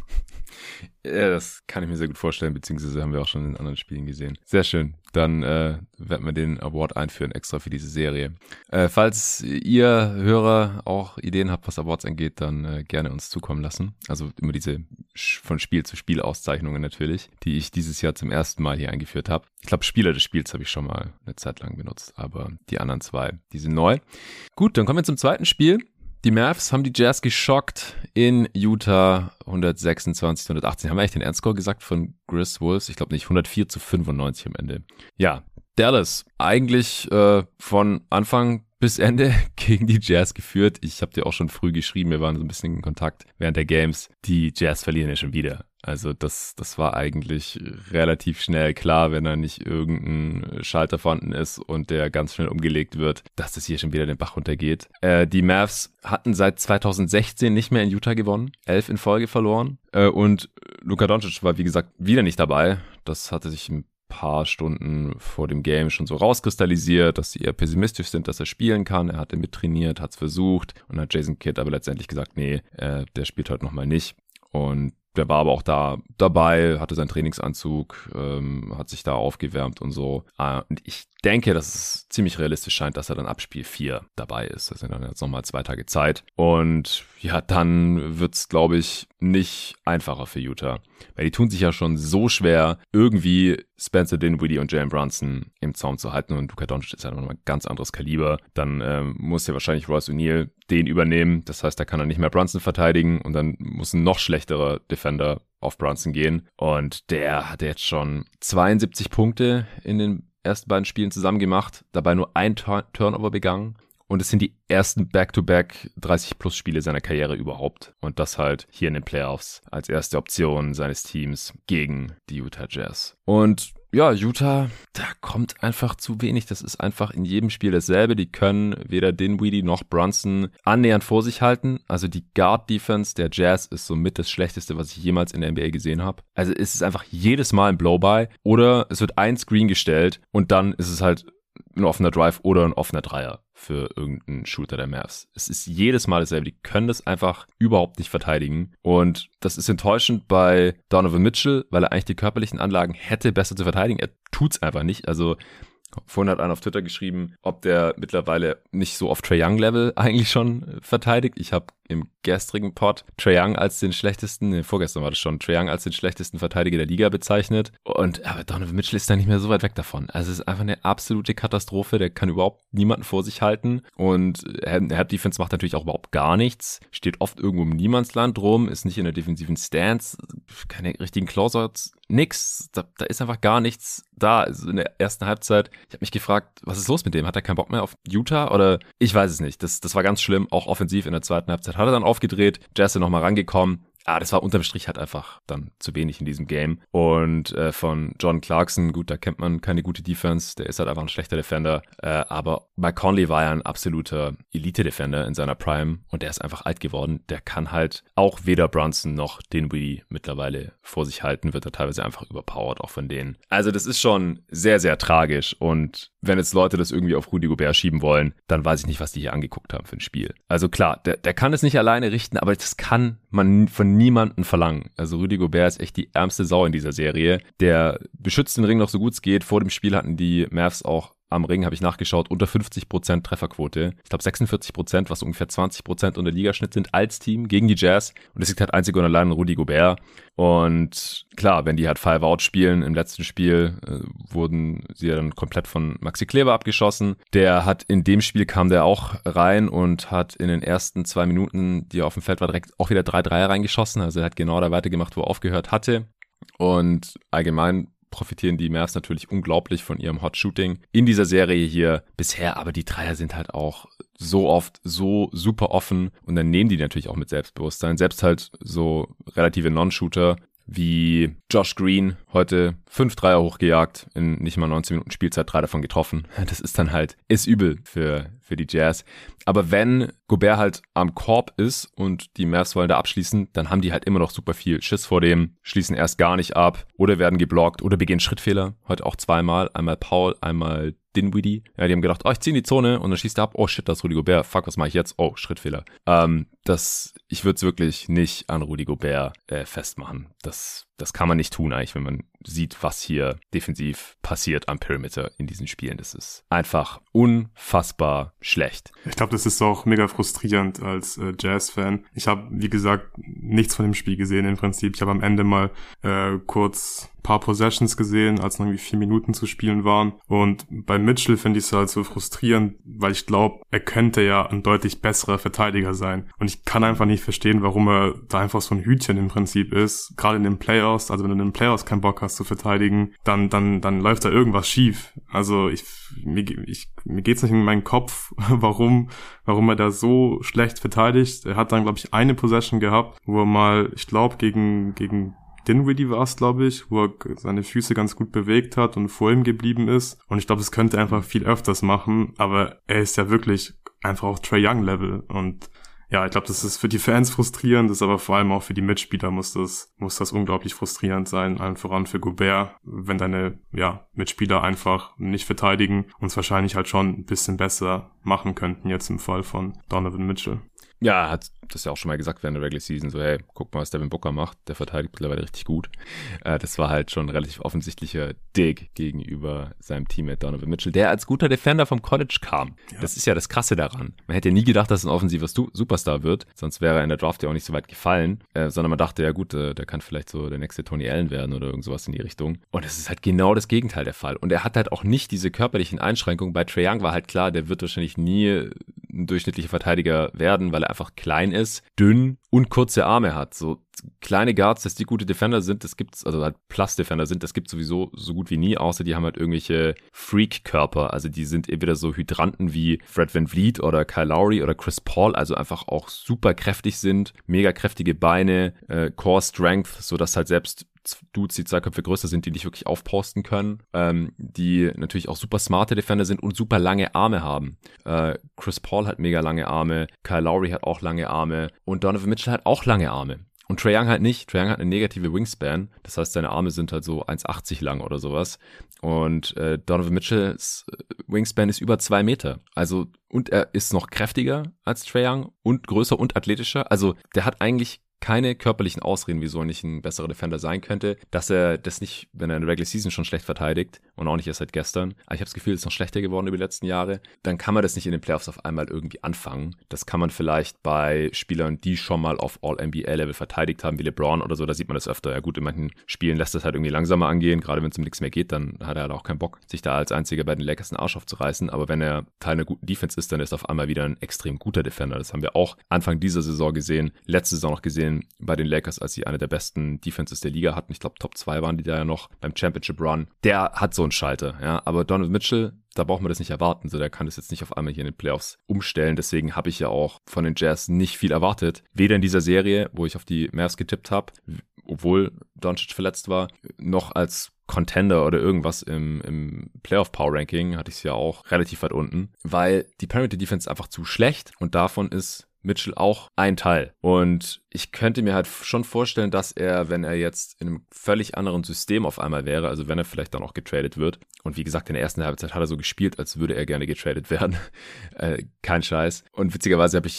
Ja, das kann ich mir sehr gut vorstellen, beziehungsweise haben wir auch schon in anderen Spielen gesehen. Sehr schön. Dann äh, werden wir den Award einführen, extra für diese Serie. Äh, falls ihr Hörer auch Ideen habt, was Awards angeht, dann äh, gerne uns zukommen lassen. Also immer diese von Spiel zu Spiel Auszeichnungen natürlich, die ich dieses Jahr zum ersten Mal hier eingeführt habe. Ich glaube, Spieler des Spiels habe ich schon mal eine Zeit lang benutzt, aber die anderen zwei, die sind neu. Gut, dann kommen wir zum zweiten Spiel. Die Mavs haben die Jazz geschockt in Utah, hundertsechsundzwanzig zu hundertachtzehn. Haben wir eigentlich den Endscore gesagt von Grizz Wolves? Ich glaube nicht, hundertvier zu fünfundneunzig am Ende. Ja, Dallas eigentlich äh, von Anfang bis Ende gegen die Jazz geführt. Ich habe dir auch schon früh geschrieben, wir waren so ein bisschen in Kontakt während der Games. Die Jazz verlieren ja schon wieder. Also das das war eigentlich relativ schnell klar, wenn da nicht irgendein Schalter vorhanden ist und der ganz schnell umgelegt wird, dass das hier schon wieder den Bach runtergeht. Äh, die Mavs hatten seit zweitausendsechzehn nicht mehr in Utah gewonnen, elf in Folge verloren. Äh, und Luka Doncic war, wie gesagt, wieder nicht dabei. Das hatte sich ein paar Stunden vor dem Game schon so rauskristallisiert, dass sie eher pessimistisch sind, dass er spielen kann. Er hatte mittrainiert, hat es versucht und hat Jason Kidd aber letztendlich gesagt, nee, äh, der spielt heute nochmal nicht. Und der war aber auch da dabei, hatte seinen Trainingsanzug, ähm, hat sich da aufgewärmt und so. Äh, und ich denke, dass es ziemlich realistisch scheint, dass er dann ab Spiel vier dabei ist. Das sind dann jetzt nochmal zwei Tage Zeit. Und ja, dann wird's, glaube ich, nicht einfacher für Utah. Weil die tun sich ja schon so schwer, irgendwie Spencer Dinwiddie und Jalen Brunson im Zaum zu halten. Und Luka Doncic ist ja nochmal ein ganz anderes Kaliber. Dann ähm, muss ja wahrscheinlich Royce O'Neal den übernehmen. Das heißt, da kann er nicht mehr Brunson verteidigen. Und dann muss ein noch schlechterer Defender auf Brunson gehen. Und der hatte jetzt schon zweiundsiebzig Punkte in den ersten beiden Spielen zusammen gemacht, dabei nur ein Tur- Turnover begangen. Und es sind die ersten Back-to-Back dreißig-plus-Spiele seiner Karriere überhaupt. Und das halt hier in den Playoffs als erste Option seines Teams gegen die Utah Jazz. Und ja, Utah, da kommt einfach zu wenig. Das ist einfach in jedem Spiel dasselbe. Die können weder Dinwiddie noch Brunson annähernd vor sich halten. Also die Guard-Defense der Jazz ist somit das Schlechteste, was ich jemals in der N B A gesehen habe. Also es ist einfach jedes Mal ein Blow-by oder es wird ein Screen gestellt und dann ist es halt ein offener Drive oder ein offener Dreier für irgendeinen Shooter der Mavs. Es ist jedes Mal dasselbe. Die können das einfach überhaupt nicht verteidigen. Und das ist enttäuschend bei Donovan Mitchell, weil er eigentlich die körperlichen Anlagen hätte, besser zu verteidigen. Er tut's einfach nicht. Also vorhin hat einer auf Twitter geschrieben, ob der mittlerweile nicht so auf Trae Young Level eigentlich schon verteidigt. Ich habe im gestrigen Pod Trae Young als den schlechtesten, ne, vorgestern war das schon, Trae Young als den schlechtesten Verteidiger der Liga bezeichnet. Und aber Donovan Mitchell ist da nicht mehr so weit weg davon. Also es ist einfach eine absolute Katastrophe. Der kann überhaupt niemanden vor sich halten. Und Head Defense macht natürlich auch überhaupt gar nichts. Steht oft irgendwo im Niemandsland rum, ist nicht in der defensiven Stance, keine richtigen Closeouts, nix. Da, da ist einfach gar nichts da. Also in der ersten Halbzeit, ich habe mich gefragt, was ist los mit dem? Hat er keinen Bock mehr auf Utah? Oder ich weiß es nicht. Das, das war ganz schlimm, auch offensiv in der zweiten Halbzeit. Hat er dann aufgedreht, Jazz ist nochmal rangekommen. Ah, das war unterm Strich halt einfach dann zu wenig in diesem Game. Und äh, von John Clarkson, gut, da kennt man keine gute Defense, der ist halt einfach ein schlechter Defender. Äh, aber Mike Conley war ja ein absoluter Elite-Defender in seiner Prime und der ist einfach alt geworden. Der kann halt auch weder Brunson noch Dinwiddie mittlerweile vor sich halten, wird er teilweise einfach überpowered auch von denen. Also das ist schon sehr, sehr tragisch und wenn jetzt Leute das irgendwie auf Rudy Gobert schieben wollen, dann weiß ich nicht, was die hier angeguckt haben für ein Spiel. Also klar, der, der kann es nicht alleine richten, aber das kann man von von niemandem verlangen. Also Rudy Gobert ist echt die ärmste Sau in dieser Serie. Der beschützt den Ring noch so gut es geht. Vor dem Spiel hatten die Mavs auch am Ring, habe ich nachgeschaut, unter fünfzig Prozent Trefferquote. Ich glaube sechsundvierzig Prozent, was ungefähr zwanzig Prozent unter Ligaschnitt sind als Team gegen die Jazz. Und das liegt halt einzig und allein an Rudy Gobert. Und klar, wenn die halt Five-Out spielen, im letzten Spiel äh, wurden sie ja dann komplett von Maxi Kleber abgeschossen. Der hat in dem Spiel kam der auch rein und hat in den ersten zwei Minuten, die er auf dem Feld war, direkt auch wieder drei Dreier reingeschossen. Also er hat genau da weitergemacht, wo er aufgehört hatte. Und allgemein profitieren die Mavs natürlich unglaublich von ihrem Hot Shooting in dieser Serie hier bisher, aber die Dreier sind halt auch so oft so super offen und dann nehmen die natürlich auch mit Selbstbewusstsein. Selbst halt so relative Non-Shooter wie Josh Green heute fünf Dreier hochgejagt, in nicht mal neunzehn Minuten Spielzeit drei davon getroffen. Das ist dann halt, ist übel für, für die Jazz. Aber wenn Gobert halt am Korb ist und die Mavs wollen da abschließen, dann haben die halt immer noch super viel Schiss vor dem, schließen erst gar nicht ab oder werden geblockt oder begehen Schrittfehler. Heute auch zweimal, einmal Paul, einmal Dinwiddie. Ja, die haben gedacht, oh, ich zieh in die Zone und dann schießt er ab, oh shit, das ist Rudy Gobert, fuck, was mache ich jetzt? Oh, Schrittfehler. Ähm, das, ich würde es wirklich nicht an Rudy Gobert äh, festmachen. Das, das kann man nicht tun eigentlich, wenn man sieht, was hier defensiv passiert am Perimeter in diesen Spielen. Das ist einfach unfassbar schlecht. Ich glaube, das ist auch mega frustrierend als äh, Jazz-Fan. Ich habe, wie gesagt, nichts von dem Spiel gesehen im Prinzip. Ich habe am Ende mal äh, kurz paar Possessions gesehen, als noch irgendwie vier Minuten zu spielen waren. Und bei Mitchell finde ich es halt so frustrierend, weil ich glaube, er könnte ja ein deutlich besserer Verteidiger sein. Und ich kann einfach nicht verstehen, warum er da einfach so ein Hütchen im Prinzip ist. Gerade in den Playoffs, also wenn du in den Playoffs keinen Bock hast zu verteidigen, dann dann dann läuft da irgendwas schief. Also ich mir, ich, mir geht's nicht in meinen Kopf, warum warum er da so schlecht verteidigt. Er hat dann, glaube ich, eine Possession gehabt, wo er mal, ich glaube, gegen gegen Dinwiddie war es, glaube ich, wo er seine Füße ganz gut bewegt hat und vor ihm geblieben ist. Und ich glaube, das könnte er einfach viel öfters machen. Aber er ist ja wirklich einfach auf Trae Young Level. Und ja, ich glaube, das ist für die Fans frustrierend, das ist aber vor allem auch für die Mitspieler muss das muss das unglaublich frustrierend sein, allen voran für Gobert, wenn deine ja Mitspieler einfach nicht verteidigen und es wahrscheinlich halt schon ein bisschen besser machen könnten jetzt im Fall von Donovan Mitchell. Ja, er hat das ja auch schon mal gesagt während der Regular Season, so hey, guck mal, was Devin Booker macht, der verteidigt mittlerweile richtig gut. Äh, das war halt schon ein relativ offensichtlicher Dig gegenüber seinem Teammate Donovan Mitchell, der als guter Defender vom College kam. Ja. Das ist ja das Krasse daran. Man hätte ja nie gedacht, dass es ein offensiver Superstar wird, sonst wäre er in der Draft ja auch nicht so weit gefallen, äh, sondern man dachte, ja gut, äh, der kann vielleicht so der nächste Tony Allen werden oder irgend sowas in die Richtung. Und es ist halt genau das Gegenteil der Fall. Und er hat halt auch nicht diese körperlichen Einschränkungen. Bei Trae Young war halt klar, der wird wahrscheinlich nie ein durchschnittlicher Verteidiger werden, weil er einfach klein ist, dünn und kurze Arme hat. So kleine Guards, dass die gute Defender sind, das gibt's, also halt Plus-Defender sind, das gibt's sowieso so gut wie nie, außer die haben halt irgendwelche Freak-Körper. Also die sind entweder so Hydranten wie Fred VanVleet oder Kyle Lowry oder Chris Paul, also einfach auch super kräftig sind, mega kräftige Beine, äh, Core-Strength, sodass halt selbst Dudes, die zwei Köpfe größer sind, die nicht wirklich aufposten können, ähm, die natürlich auch super smarte Defender sind und super lange Arme haben. Äh, Chris Paul hat mega lange Arme, Kyle Lowry hat auch lange Arme und Donovan Mitchell hat auch lange Arme. Und Trae Young halt nicht. Trae Young hat eine negative Wingspan. Das heißt, seine Arme sind halt so eins achtzig lang oder sowas. Und äh, Donovan Mitchells Wingspan ist über zwei Meter. Also, und er ist noch kräftiger als Trae Young und größer und athletischer. Also, der hat eigentlich keine körperlichen Ausreden, wieso er nicht ein besserer Defender sein könnte, dass er das nicht, wenn er in der Regular Season schon schlecht verteidigt und auch nicht erst seit gestern, aber ich habe das Gefühl, es ist noch schlechter geworden über die letzten Jahre, dann kann man das nicht in den Playoffs auf einmal irgendwie anfangen. Das kann man vielleicht bei Spielern, die schon mal auf All-N B A-Level verteidigt haben, wie LeBron oder so, da sieht man das öfter. Ja gut, in manchen Spielen lässt das halt irgendwie langsamer angehen, gerade wenn es um nichts mehr geht, dann hat er halt auch keinen Bock, sich da als einziger bei den Lakers den Arsch aufzureißen, aber wenn er Teil einer guten Defense ist, dann ist er auf einmal wieder ein extrem guter Defender. Das haben wir auch Anfang dieser Saison gesehen, letzte Saison noch gesehen bei den Lakers, als sie eine der besten Defenses der Liga hatten. Ich glaube, Top zwei waren die da ja noch beim Championship Run. Der hat so einen Schalter, ja. Aber Donovan Mitchell, da braucht man das nicht erwarten. So, der kann das jetzt nicht auf einmal hier in den Playoffs umstellen. Deswegen habe ich ja auch von den Jazz nicht viel erwartet. Weder in dieser Serie, wo ich auf die Mavs getippt habe, obwohl Doncic verletzt war, noch als Contender oder irgendwas im, im Playoff-Power-Ranking hatte ich es ja auch relativ weit unten, weil die Perimeter-Defense ist einfach zu schlecht und davon ist Mitchell auch ein Teil. Und ich könnte mir halt schon vorstellen, dass er, wenn er jetzt in einem völlig anderen System auf einmal wäre, also wenn er vielleicht dann auch getradet wird, und wie gesagt, in der ersten Halbzeit hat er so gespielt, als würde er gerne getradet werden. äh, kein Scheiß. Und witzigerweise habe ich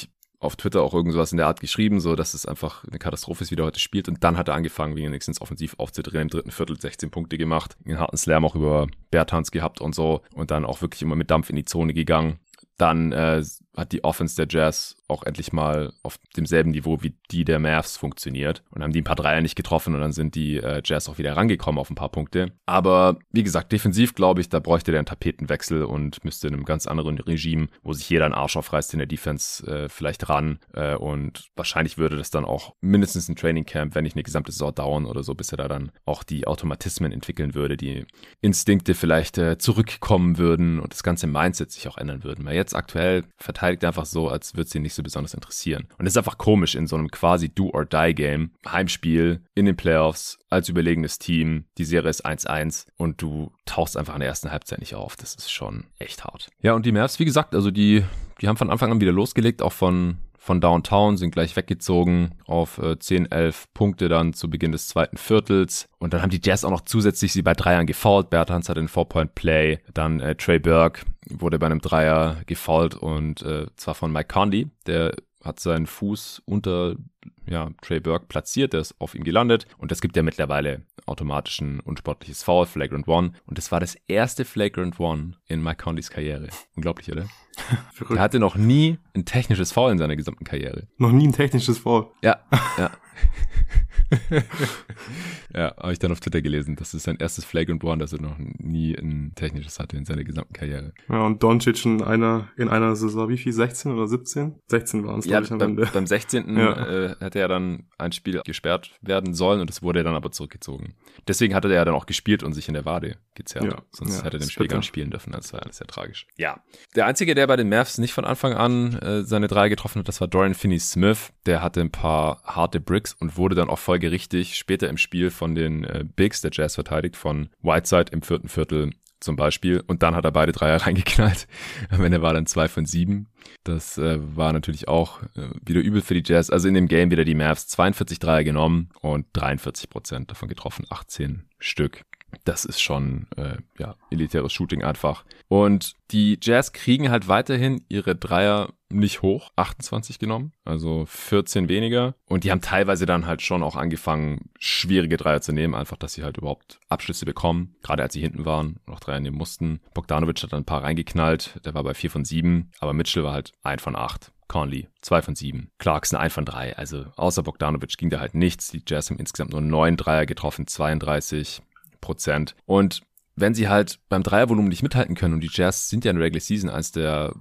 auf Twitter auch irgendwas in der Art geschrieben, so dass es einfach eine Katastrophe ist, wie der heute spielt. Und dann hat er angefangen, wenigstens offensiv aufzudrehen. Im dritten Viertel sechzehn Punkte gemacht, einen harten Slam auch über Bertans gehabt und so. Und dann auch wirklich immer mit Dampf in die Zone gegangen. Dann äh, hat die Offense der Jazz auch endlich mal auf demselben Niveau wie die der Mavs funktioniert und haben die ein paar Dreier nicht getroffen und dann sind die äh, Jazz auch wieder rangekommen auf ein paar Punkte. Aber wie gesagt, defensiv glaube ich, da bräuchte der einen Tapetenwechsel und müsste in einem ganz anderen Regime, wo sich jeder einen Arsch aufreißt in der Defense, äh, vielleicht ran äh, und wahrscheinlich würde das dann auch mindestens ein Training Camp, wenn nicht eine gesamte Saison dauern oder so, bis er da dann auch die Automatismen entwickeln würde, die Instinkte vielleicht äh, zurückkommen würden und das ganze Mindset sich auch ändern würden. Weil jetzt aktuell verteidigt er einfach so, als würde es ihn nicht so besonders interessieren. Und es ist einfach komisch in so einem quasi Do-or-Die-Game, Heimspiel in den Playoffs, als überlegenes Team, die Serie ist eins eins und du tauchst einfach in der ersten Halbzeit nicht auf. Das ist schon echt hart. Ja, und die Mavs, wie gesagt, also die, die haben von Anfang an wieder losgelegt, auch von von Downtown, sind gleich weggezogen auf äh, zehn, elf Punkte dann zu Beginn des zweiten Viertels. Und dann haben die Jazz auch noch zusätzlich sie bei Dreiern gefoult. Bertans hat den Four-Point-Play. Dann äh, Trey Burke wurde bei einem Dreier gefoult und äh, zwar von Mike Conley, der hat seinen Fuß unter ja, Trey Burke platziert, der ist auf ihm gelandet und es gibt ja mittlerweile automatisch ein unsportliches Foul, Flagrant One und das war das erste Flagrant One in Mike Conleys Karriere. Unglaublich, oder? Er hatte noch nie ein technisches Foul in seiner gesamten Karriere. Noch nie ein technisches Foul? Ja, ja. Ja, habe ich dann auf Twitter gelesen. Das ist sein erstes Flagrant One, dass er noch nie ein technisches hatte in seiner gesamten Karriere. Ja, und Doncic in einer, in einer Saison, wie viel? sechzehn oder siebzehn? sechzehn waren es, ja, glaube ich, am beim, Ende. beim sechzehnten Ja. Äh, hätte er dann ein Spiel gesperrt werden sollen und es wurde dann aber zurückgezogen. Deswegen hatte er ja dann auch gespielt und sich in der Wade gezerrt. Ja, Sonst ja, hätte er den ist Spiel bitter. gar nicht spielen dürfen. Das war alles sehr tragisch. Ja. Der Einzige, der bei den Mavs nicht von Anfang an äh, seine drei getroffen hat, das war Dorian Finney-Smith. Der hatte ein paar harte Bricks und wurde dann auch folgerichtig später im Spiel von den äh, Bigs der Jazz verteidigt, von Whiteside im vierten Viertel zum Beispiel. Und dann hat er beide Dreier reingeknallt. Am Ende war dann zwei von sieben. Das äh, war natürlich auch äh, wieder übel für die Jazz. Also in dem Game wieder die Mavs zweiundvierzig Dreier genommen und dreiundvierzig Prozent davon getroffen, achtzehn Stück. Das ist schon, äh, ja, elitäres Shooting einfach. Und die Jazz kriegen halt weiterhin ihre Dreier nicht hoch, achtundzwanzig genommen, also vierzehn weniger. Und die haben teilweise dann halt schon auch angefangen, schwierige Dreier zu nehmen, einfach, dass sie halt überhaupt Abschlüsse bekommen, gerade als sie hinten waren und auch Dreier nehmen mussten. Bogdanovic hat dann ein paar reingeknallt, der war bei vier von sieben, aber Mitchell war halt ein von acht. Conley, zwei von sieben. Clarkson, ein von drei. Also außer Bogdanovic ging da halt nichts. Die Jazz haben insgesamt nur neun Dreier getroffen, zweiunddreißig Prozent. Und wenn sie halt beim Dreiervolumen nicht mithalten können, und die Jazz sind ja in der Regular Season eines der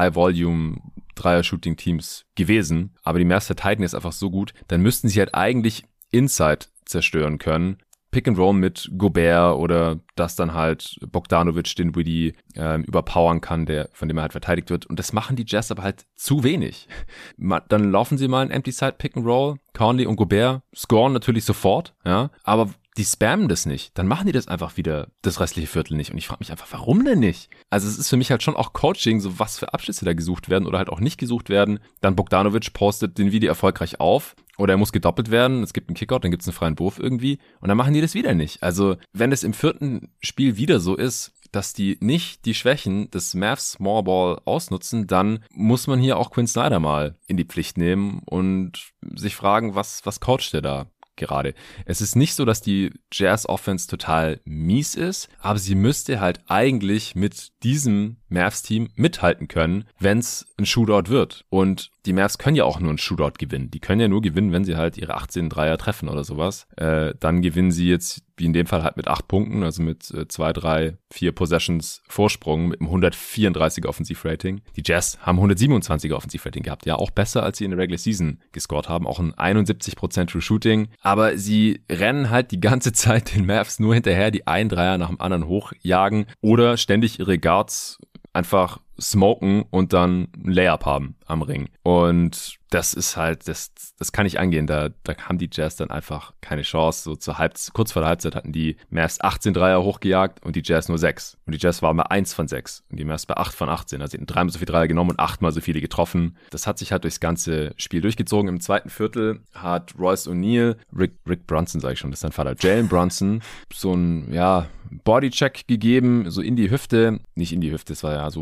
High-Volume-Dreier-Shooting-Teams gewesen, aber die Mavs verteidigen ist einfach so gut, dann müssten sie halt eigentlich Inside zerstören können. Pick and Roll mit Gobert oder dass dann halt Bogdanovic den Widdy ähm, überpowern kann, der, von dem er halt verteidigt wird. Und das machen die Jazz aber halt zu wenig. Ma- Dann laufen sie mal ein Empty Side Pick and Roll. Conley und Gobert scoren natürlich sofort, ja, aber die spammen das nicht. Dann machen die das einfach wieder das restliche Viertel nicht. Und ich frage mich einfach, warum denn nicht? Also es ist für mich halt schon auch Coaching, so was für Abschlüsse da gesucht werden oder halt auch nicht gesucht werden. Dann Bogdanovic postet den Widdy erfolgreich auf. Oder er muss gedoppelt werden, es gibt einen Kickout, dann gibt es einen freien Wurf irgendwie und dann machen die das wieder nicht. Also wenn es im vierten Spiel wieder so ist, dass die nicht die Schwächen des Mavs Small Ball ausnutzen, dann muss man hier auch Quinn Snyder mal in die Pflicht nehmen und sich fragen, was, was coacht der da gerade? Es ist nicht so, dass die Jazz Offense total mies ist, aber sie müsste halt eigentlich mit diesem Mavs-Team mithalten können, wenn es ein Shootout wird. Und die Mavs können ja auch nur ein Shootout gewinnen. Die können ja nur gewinnen, wenn sie halt ihre achtzehn Dreier treffen oder sowas. Äh, dann gewinnen sie jetzt, wie in dem Fall halt mit acht Punkten, also mit äh, zwei, drei, vier Possessions Vorsprung, mit einem hundertvierunddreißiger Offensivrating. Die Jazz haben hundertsiebenundzwanziger Offensivrating gehabt. Ja, auch besser, als sie in der Regular Season gescored haben. Auch ein einundsiebzig Prozent True Shooting. Aber sie rennen halt die ganze Zeit den Mavs nur hinterher, die einen Dreier nach dem anderen hochjagen oder ständig ihre Guards einfach smoken und dann ein Layup haben am Ring. Und das ist halt, das, das kann nicht angehen. Da, da haben die Jazz dann einfach keine Chance. So zur Halbzeit, kurz vor der Halbzeit hatten die Mavs achtzehn Dreier hochgejagt und die Jazz nur sechs. Und die Jazz waren bei eins von sechs und die Mavs bei acht von achtzehn. Also sie hatten dreimal so viele Dreier genommen und achtmal so viele getroffen. Das hat sich halt durchs ganze Spiel durchgezogen. Im zweiten Viertel hat Royce O'Neal, Rick, Rick Brunson sage ich schon, das ist sein Vater, Jalen Brunson, so ein, ja, Bodycheck gegeben, so in die Hüfte, nicht in die Hüfte, es war ja so in,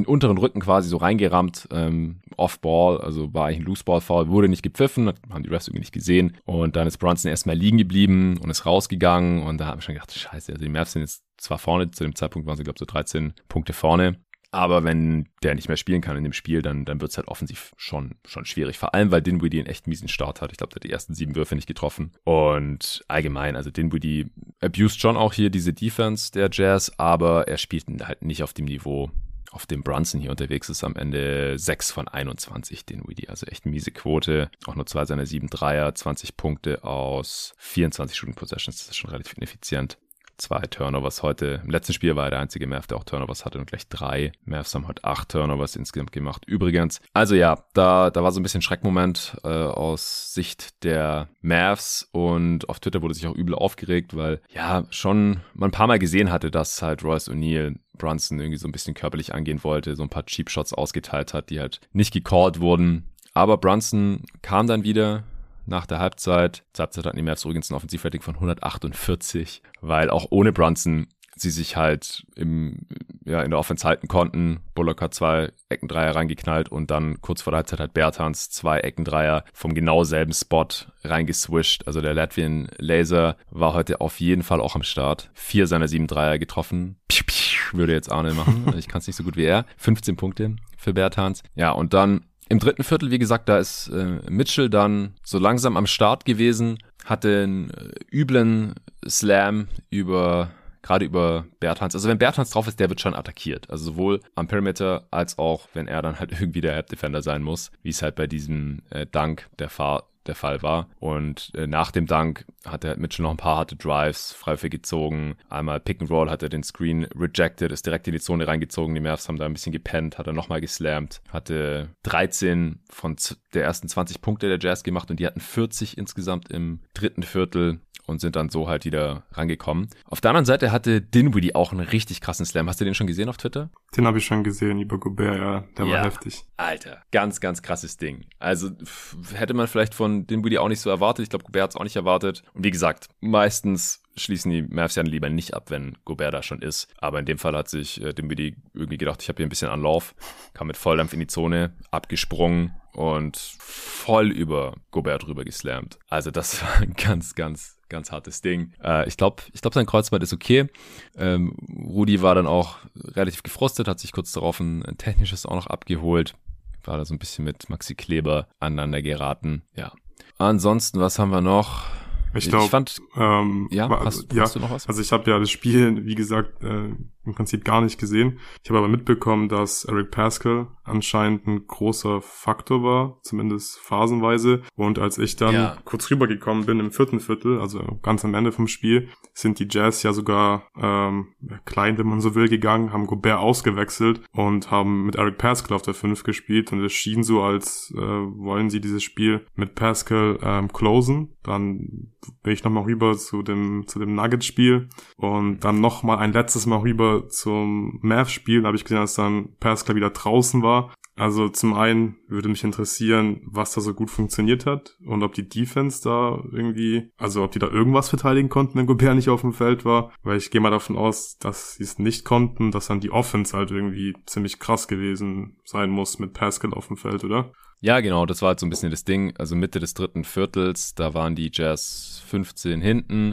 unteren Rücken quasi so reingerammt, ähm, Off-Ball, also war eigentlich ein Loose-Ball-Foul, wurde nicht gepfiffen, haben die Refs irgendwie nicht gesehen und dann ist Brunson erstmal liegen geblieben und ist rausgegangen und da haben wir schon gedacht, scheiße, also die Mavs sind jetzt zwar vorne, zu dem Zeitpunkt waren sie, glaube ich, so dreizehn Punkte vorne, aber wenn der nicht mehr spielen kann in dem Spiel, dann, dann wird es halt offensiv schon, schon schwierig. Vor allem, weil Dinwiddie einen echt miesen Start hat. Ich glaube, der hat die ersten sieben Würfe nicht getroffen. Und allgemein, also Dinwiddie abused schon auch hier diese Defense der Jazz, aber er spielt halt nicht auf dem Niveau, auf dem Brunson hier unterwegs ist. Am Ende sechs von einundzwanzig Dinwiddie. Also echt miese Quote. Auch nur zwei seiner sieben Dreier, zwanzig Punkte aus vierundzwanzig Shooting Possessions. Das ist schon relativ ineffizient. Zwei Turnovers heute. Im letzten Spiel war er der einzige Mavs, der auch Turnovers hatte und gleich drei. Mavs haben heute acht Turnovers insgesamt gemacht. Übrigens, also ja, da, da war so ein bisschen Schreckmoment äh, aus Sicht der Mavs und auf Twitter wurde sich auch übel aufgeregt, weil ja schon man ein paar Mal gesehen hatte, dass halt Royce O'Neal Brunson irgendwie so ein bisschen körperlich angehen wollte, so ein paar Cheap Shots ausgeteilt hat, die halt nicht gecallt wurden. Aber Brunson kam dann wieder nach der Halbzeit. Zur Halbzeit hatten die Mavs übrigens ein Offensivrating von hundertachtundvierzig, weil auch ohne Brunson sie sich halt im, ja, in der Offense halten konnten. Bullock hat zwei Eckendreier reingeknallt und dann kurz vor der Halbzeit hat Bertans zwei Eckendreier vom genau selben Spot reingeswischt. Also der Latvian Laser war heute auf jeden Fall auch am Start. Vier seiner sieben Dreier getroffen. Piu, piu, würde jetzt Arne machen. Ich kann es nicht so gut wie er. fünfzehn Punkte für Bertans. Ja, und dann im dritten Viertel, wie gesagt, da ist äh, Mitchell dann so langsam am Start gewesen, hatte einen äh, üblen Slam über, gerade über Bertans. Also wenn Bertans drauf ist, der wird schon attackiert. Also sowohl am Perimeter als auch, wenn er dann halt irgendwie der Help-Defender sein muss, wie es halt bei diesem äh, Dunk der Fahr der Fall war. Und äh, nach dem Dunk hat er Mitchell noch ein paar harte Drives, Freiwürfe gezogen. Einmal Pick and Roll hat er den Screen rejected, ist direkt in die Zone reingezogen. Die Mavs haben da ein bisschen gepennt, hat er nochmal geslammt. Hatte dreizehn von z- der ersten zwanzig Punkte der Jazz gemacht und die hatten vierzig insgesamt im dritten Viertel und sind dann so halt wieder rangekommen. Auf der anderen Seite hatte Dinwiddie auch einen richtig krassen Slam. Hast du den schon gesehen auf Twitter? Den habe ich schon gesehen, über Gobert, ja. Der ja, war heftig. Alter, ganz, ganz krasses Ding. Also f- hätte man vielleicht von Dinwiddie auch nicht so erwartet. Ich glaube, Gobert hat es auch nicht erwartet. Und wie gesagt, meistens schließen die Mavs ja lieber nicht ab, wenn Gobert da schon ist. Aber in dem Fall hat sich äh, Dinwiddie irgendwie gedacht, ich habe hier ein bisschen Anlauf, kam mit Volldampf in die Zone, abgesprungen und voll über Gobert drüber geslammt. Also das war ein ganz, ganz, ganz hartes Ding. Äh, ich glaube, ich glaube, sein Kreuzband ist okay. Ähm, Rudi war dann auch relativ gefrustet, hat sich kurz darauf ein, ein technisches auch noch abgeholt. War da so ein bisschen mit Maxi Kleber aneinander geraten. Ja. Ansonsten, was haben wir noch? Ich glaube, ähm, ja, war, hast, ja, hast du noch was? Also ich habe ja das Spiel, wie gesagt, äh, im Prinzip gar nicht gesehen. Ich habe aber mitbekommen, dass Eric Pascal anscheinend ein großer Faktor war, zumindest phasenweise. Und als ich dann ja. kurz rübergekommen bin im vierten Viertel, also ganz am Ende vom Spiel, sind die Jazz ja sogar ähm, klein, wenn man so will, gegangen, haben Gobert ausgewechselt und haben mit Eric Pascal auf der fünf gespielt. Und es schien so, als äh, wollen sie dieses Spiel mit Pascal ähm, closen. Dann bin ich nochmal rüber zu dem zu dem Nuggets-Spiel und dann nochmal ein letztes Mal rüber zum Mavs-Spiel. Da habe ich gesehen, dass dann Pascal wieder draußen war. Also zum einen würde mich interessieren, was da so gut funktioniert hat und ob die Defense da irgendwie, also ob die da irgendwas verteidigen konnten, wenn Gobert nicht auf dem Feld war. Weil ich gehe mal davon aus, dass sie es nicht konnten, dass dann die Offense halt irgendwie ziemlich krass gewesen sein muss mit Pascal auf dem Feld, oder? Ja, genau, das war halt so ein bisschen das Ding. Also Mitte des dritten Viertels, da waren die Jazz fünfzehn hinten.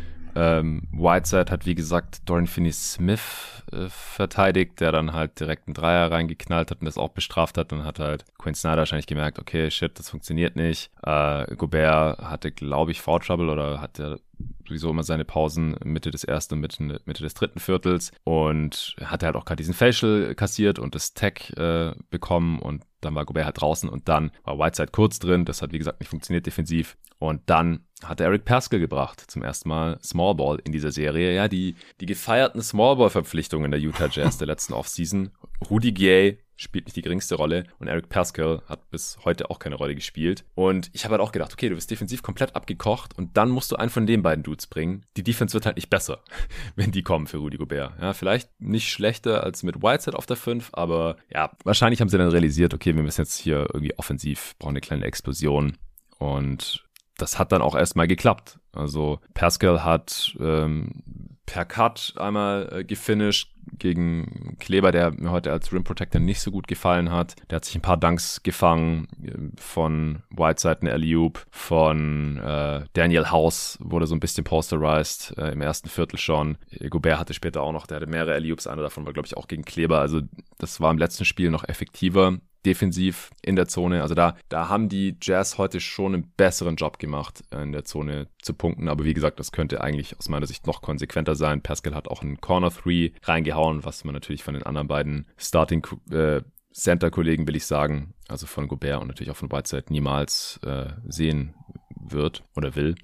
Ähm, Whiteside hat, wie gesagt, Dorian Finney-Smith äh, verteidigt, der dann halt direkt einen Dreier reingeknallt hat und das auch bestraft hat. Dann hat halt Quinn Snyder wahrscheinlich gemerkt, okay, shit, das funktioniert nicht. Äh, Gobert hatte, glaube ich, Foul Trouble oder hatte sowieso immer seine Pausen Mitte des ersten und Mitte, Mitte des dritten Viertels und hatte halt auch gerade diesen Facial kassiert und das Tag äh, bekommen und dann war Gobert halt draußen und dann war Whiteside kurz drin. Das hat, wie gesagt, nicht funktioniert defensiv. Und dann hat Eric Pascal gebracht, zum ersten Mal Small Ball in dieser Serie. Ja, die, die gefeierten Small Ball Verpflichtungen der Utah Jazz der letzten Offseason. Rudy Gay spielt nicht die geringste Rolle und Eric Pascal hat bis heute auch keine Rolle gespielt. Und ich habe halt auch gedacht, okay, du bist defensiv komplett abgekocht und dann musst du einen von den beiden Dudes bringen. Die Defense wird halt nicht besser, wenn die kommen für Rudy Gobert. Ja, vielleicht nicht schlechter als mit Whiteside auf der fünf, aber ja, wahrscheinlich haben sie dann realisiert, okay, wir müssen jetzt hier irgendwie offensiv, brauchen eine kleine Explosion und das hat dann auch erstmal geklappt. Also Pascal hat ähm, per Cut einmal äh, gefinisht gegen Kleber, der mir heute als Rim Protector nicht so gut gefallen hat. Der hat sich ein paar Dunks gefangen, von Whiteside eine Alley-Oop, von äh, Daniel House wurde so ein bisschen posterized äh, im ersten Viertel schon. Gobert hatte später auch noch, der hatte mehrere Alley-Oops, einer davon war, glaube ich, auch gegen Kleber. Also das war im letzten Spiel noch effektiver defensiv in der Zone. Also da, da haben die Jazz heute schon einen besseren Job gemacht, in der Zone zu punkten. Aber wie gesagt, das könnte eigentlich aus meiner Sicht noch konsequenter sein. Pascal hat auch einen Corner Three reingehauen, was man natürlich von den anderen beiden Starting äh, Center-Kollegen, will ich sagen, also von Gobert und natürlich auch von Whiteside niemals äh, sehen wird oder will.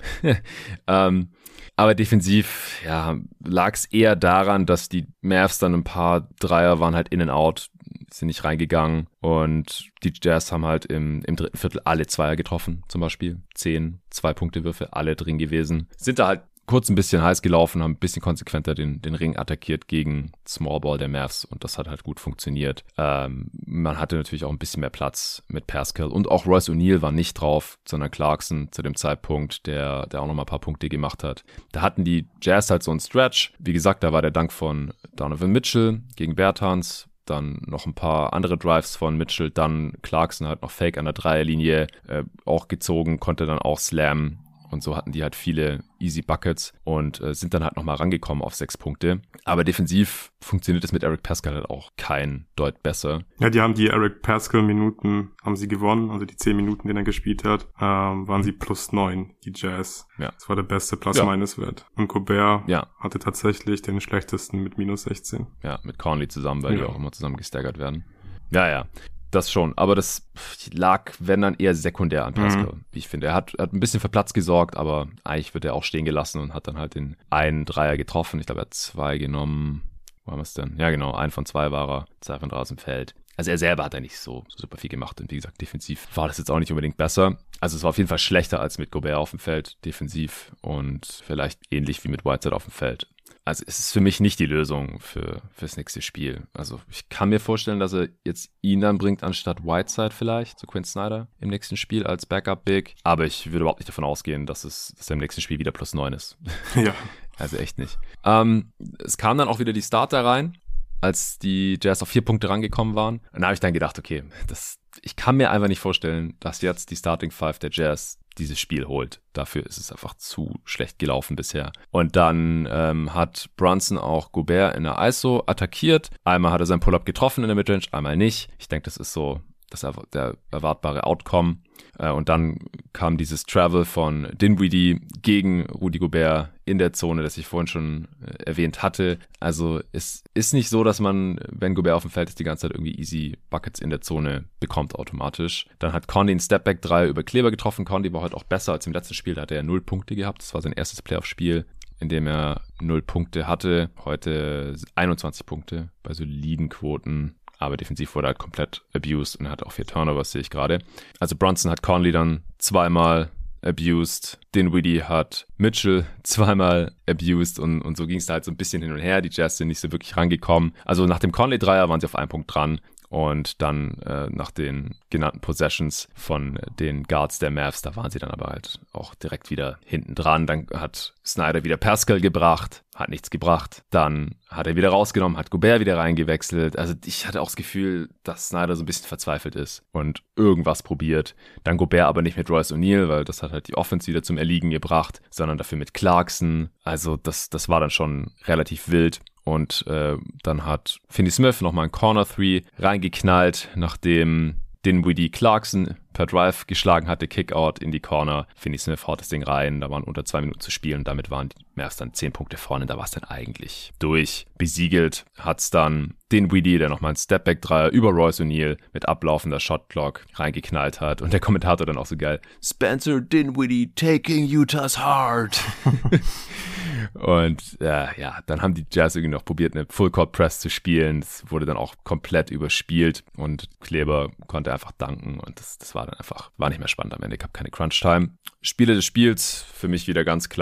ähm, aber defensiv, ja, lag es eher daran, dass die Mavs dann ein paar Dreier waren halt in and out, sind nicht reingegangen und die Jazz haben halt im, im dritten Viertel alle Zweier getroffen, zum Beispiel. Zehn Zwei-Punkte-Würfe, alle drin gewesen. Sind da halt kurz ein bisschen heiß gelaufen, haben ein bisschen konsequenter den, den Ring attackiert gegen Smallball der Mavs und das hat halt gut funktioniert. Ähm, man hatte natürlich auch ein bisschen mehr Platz mit Pascal und auch Royce O'Neal war nicht drauf, sondern Clarkson zu dem Zeitpunkt, der, der auch noch mal ein paar Punkte gemacht hat. Da hatten die Jazz halt so einen Stretch. Wie gesagt, da war der Dank von Donovan Mitchell gegen Bertans, dann noch ein paar andere Drives von Mitchell, dann Clarkson halt noch Fake an der Dreierlinie äh, auch gezogen, konnte dann auch slammen. Und so hatten die halt viele easy Buckets und äh, sind dann halt nochmal rangekommen auf sechs Punkte. Aber defensiv funktioniert es mit Eric Pascal halt auch kein Deut besser. Ja, die haben die Eric Pascal-Minuten, haben sie gewonnen. Also die zehn Minuten, die er gespielt hat, ähm, waren sie plus neun, die Jazz. Ja. Das war der beste Plus-Minus-Wert. Und Gobert ja. hatte tatsächlich den schlechtesten mit minus sechzehn. Ja, mit Conley zusammen, weil ja. die auch immer zusammen gestaggert werden. Ja, ja. Das schon, aber das lag, wenn dann, eher sekundär an Pascal, mhm. wie ich finde. Er hat, hat ein bisschen für Platz gesorgt, aber eigentlich wird er auch stehen gelassen und hat dann halt den einen Dreier getroffen. Ich glaube, er hat zwei genommen. Wo haben wir es denn? Ja, genau, ein von zwei war er, zwei von drei aus dem Feld. Also er selber hat er nicht so, so super viel gemacht und wie gesagt, defensiv war das jetzt auch nicht unbedingt besser. Also es war auf jeden Fall schlechter als mit Gobert auf dem Feld, defensiv und vielleicht ähnlich wie mit Whiteside auf dem Feld. Also es ist für mich nicht die Lösung für fürs nächste Spiel. Also ich kann mir vorstellen, dass er jetzt ihn dann bringt anstatt Whiteside vielleicht, so Quinn Snyder im nächsten Spiel als Backup-Big. Aber ich würde überhaupt nicht davon ausgehen, dass es dass er im nächsten Spiel wieder plus neun ist. Ja. Also echt nicht. Ähm, es kamen dann auch wieder die Starter rein, als die Jazz auf vier Punkte rangekommen waren. Und da habe ich dann gedacht, okay, das, ich kann mir einfach nicht vorstellen, dass jetzt die Starting Five der Jazz dieses Spiel holt. Dafür ist es einfach zu schlecht gelaufen bisher. Und dann ähm, hat Brunson auch Gobert in der I S O attackiert. Einmal hat er seinen Pull-Up getroffen in der Midrange, einmal nicht. Ich denke, das ist so das er, der erwartbare Outcome. Äh, und dann kam dieses Travel von Dinwiddie gegen Rudy Gobert in der Zone, das ich vorhin schon äh, erwähnt hatte. Also es ist nicht so, dass man, wenn Gobert auf dem Feld ist, die ganze Zeit irgendwie easy Buckets in der Zone bekommt automatisch. Dann hat Conley einen Stepback-Dreier über Kleber getroffen. Conley war heute auch besser als im letzten Spiel. Da hatte er null Punkte gehabt. Das war sein erstes Playoff-Spiel, in dem er null Punkte hatte. Heute einundzwanzig Punkte bei soliden Quoten. Aber defensiv wurde er halt komplett abused und er hatte auch vier Turnovers, sehe ich gerade. Also Brunson hat Conley dann zweimal abused, Dinwiddie hat Mitchell zweimal abused und, und so ging es da halt so ein bisschen hin und her. Die Jazz sind nicht so wirklich rangekommen. Also nach dem Conley-Dreier waren sie auf einen Punkt dran. Und dann äh, nach den genannten Possessions von den Guards der Mavs, da waren sie dann aber halt auch direkt wieder hinten dran. Dann hat Snyder wieder Pascal gebracht, hat nichts gebracht. Dann hat er wieder rausgenommen, hat Gobert wieder reingewechselt. Also ich hatte auch das Gefühl, dass Snyder so ein bisschen verzweifelt ist und irgendwas probiert. Dann Gobert aber nicht mit Royce O'Neal, weil das hat halt die Offense wieder zum Erliegen gebracht, sondern dafür mit Clarkson. Also das, das war dann schon relativ wild. Und äh, dann hat Finney Smith nochmal einen Corner Three reingeknallt, nachdem Dinwiddie Clarkson per Drive geschlagen hatte, Kickout in die Corner. Finney Smith haut das Ding rein, da waren unter zwei Minuten zu spielen. Damit waren die Mavs dann zehn Punkte vorne, da war es dann eigentlich durch. Besiegelt hat's dann Dinwiddie, der nochmal einen Stepback-Dreier über Royce O'Neal mit ablaufender Shotclock reingeknallt hat. Und der Kommentator dann auch so geil, Spencer Dinwiddie taking Utah's heart. Und äh, ja, dann haben die Jazz irgendwie noch probiert, eine Full-Court-Press zu spielen. Das wurde dann auch komplett überspielt und Kleber konnte einfach danken und das, das war dann einfach, war nicht mehr spannend am Ende. Ich habe keine Crunch-Time. Spiele des Spiels, für mich wieder ganz klar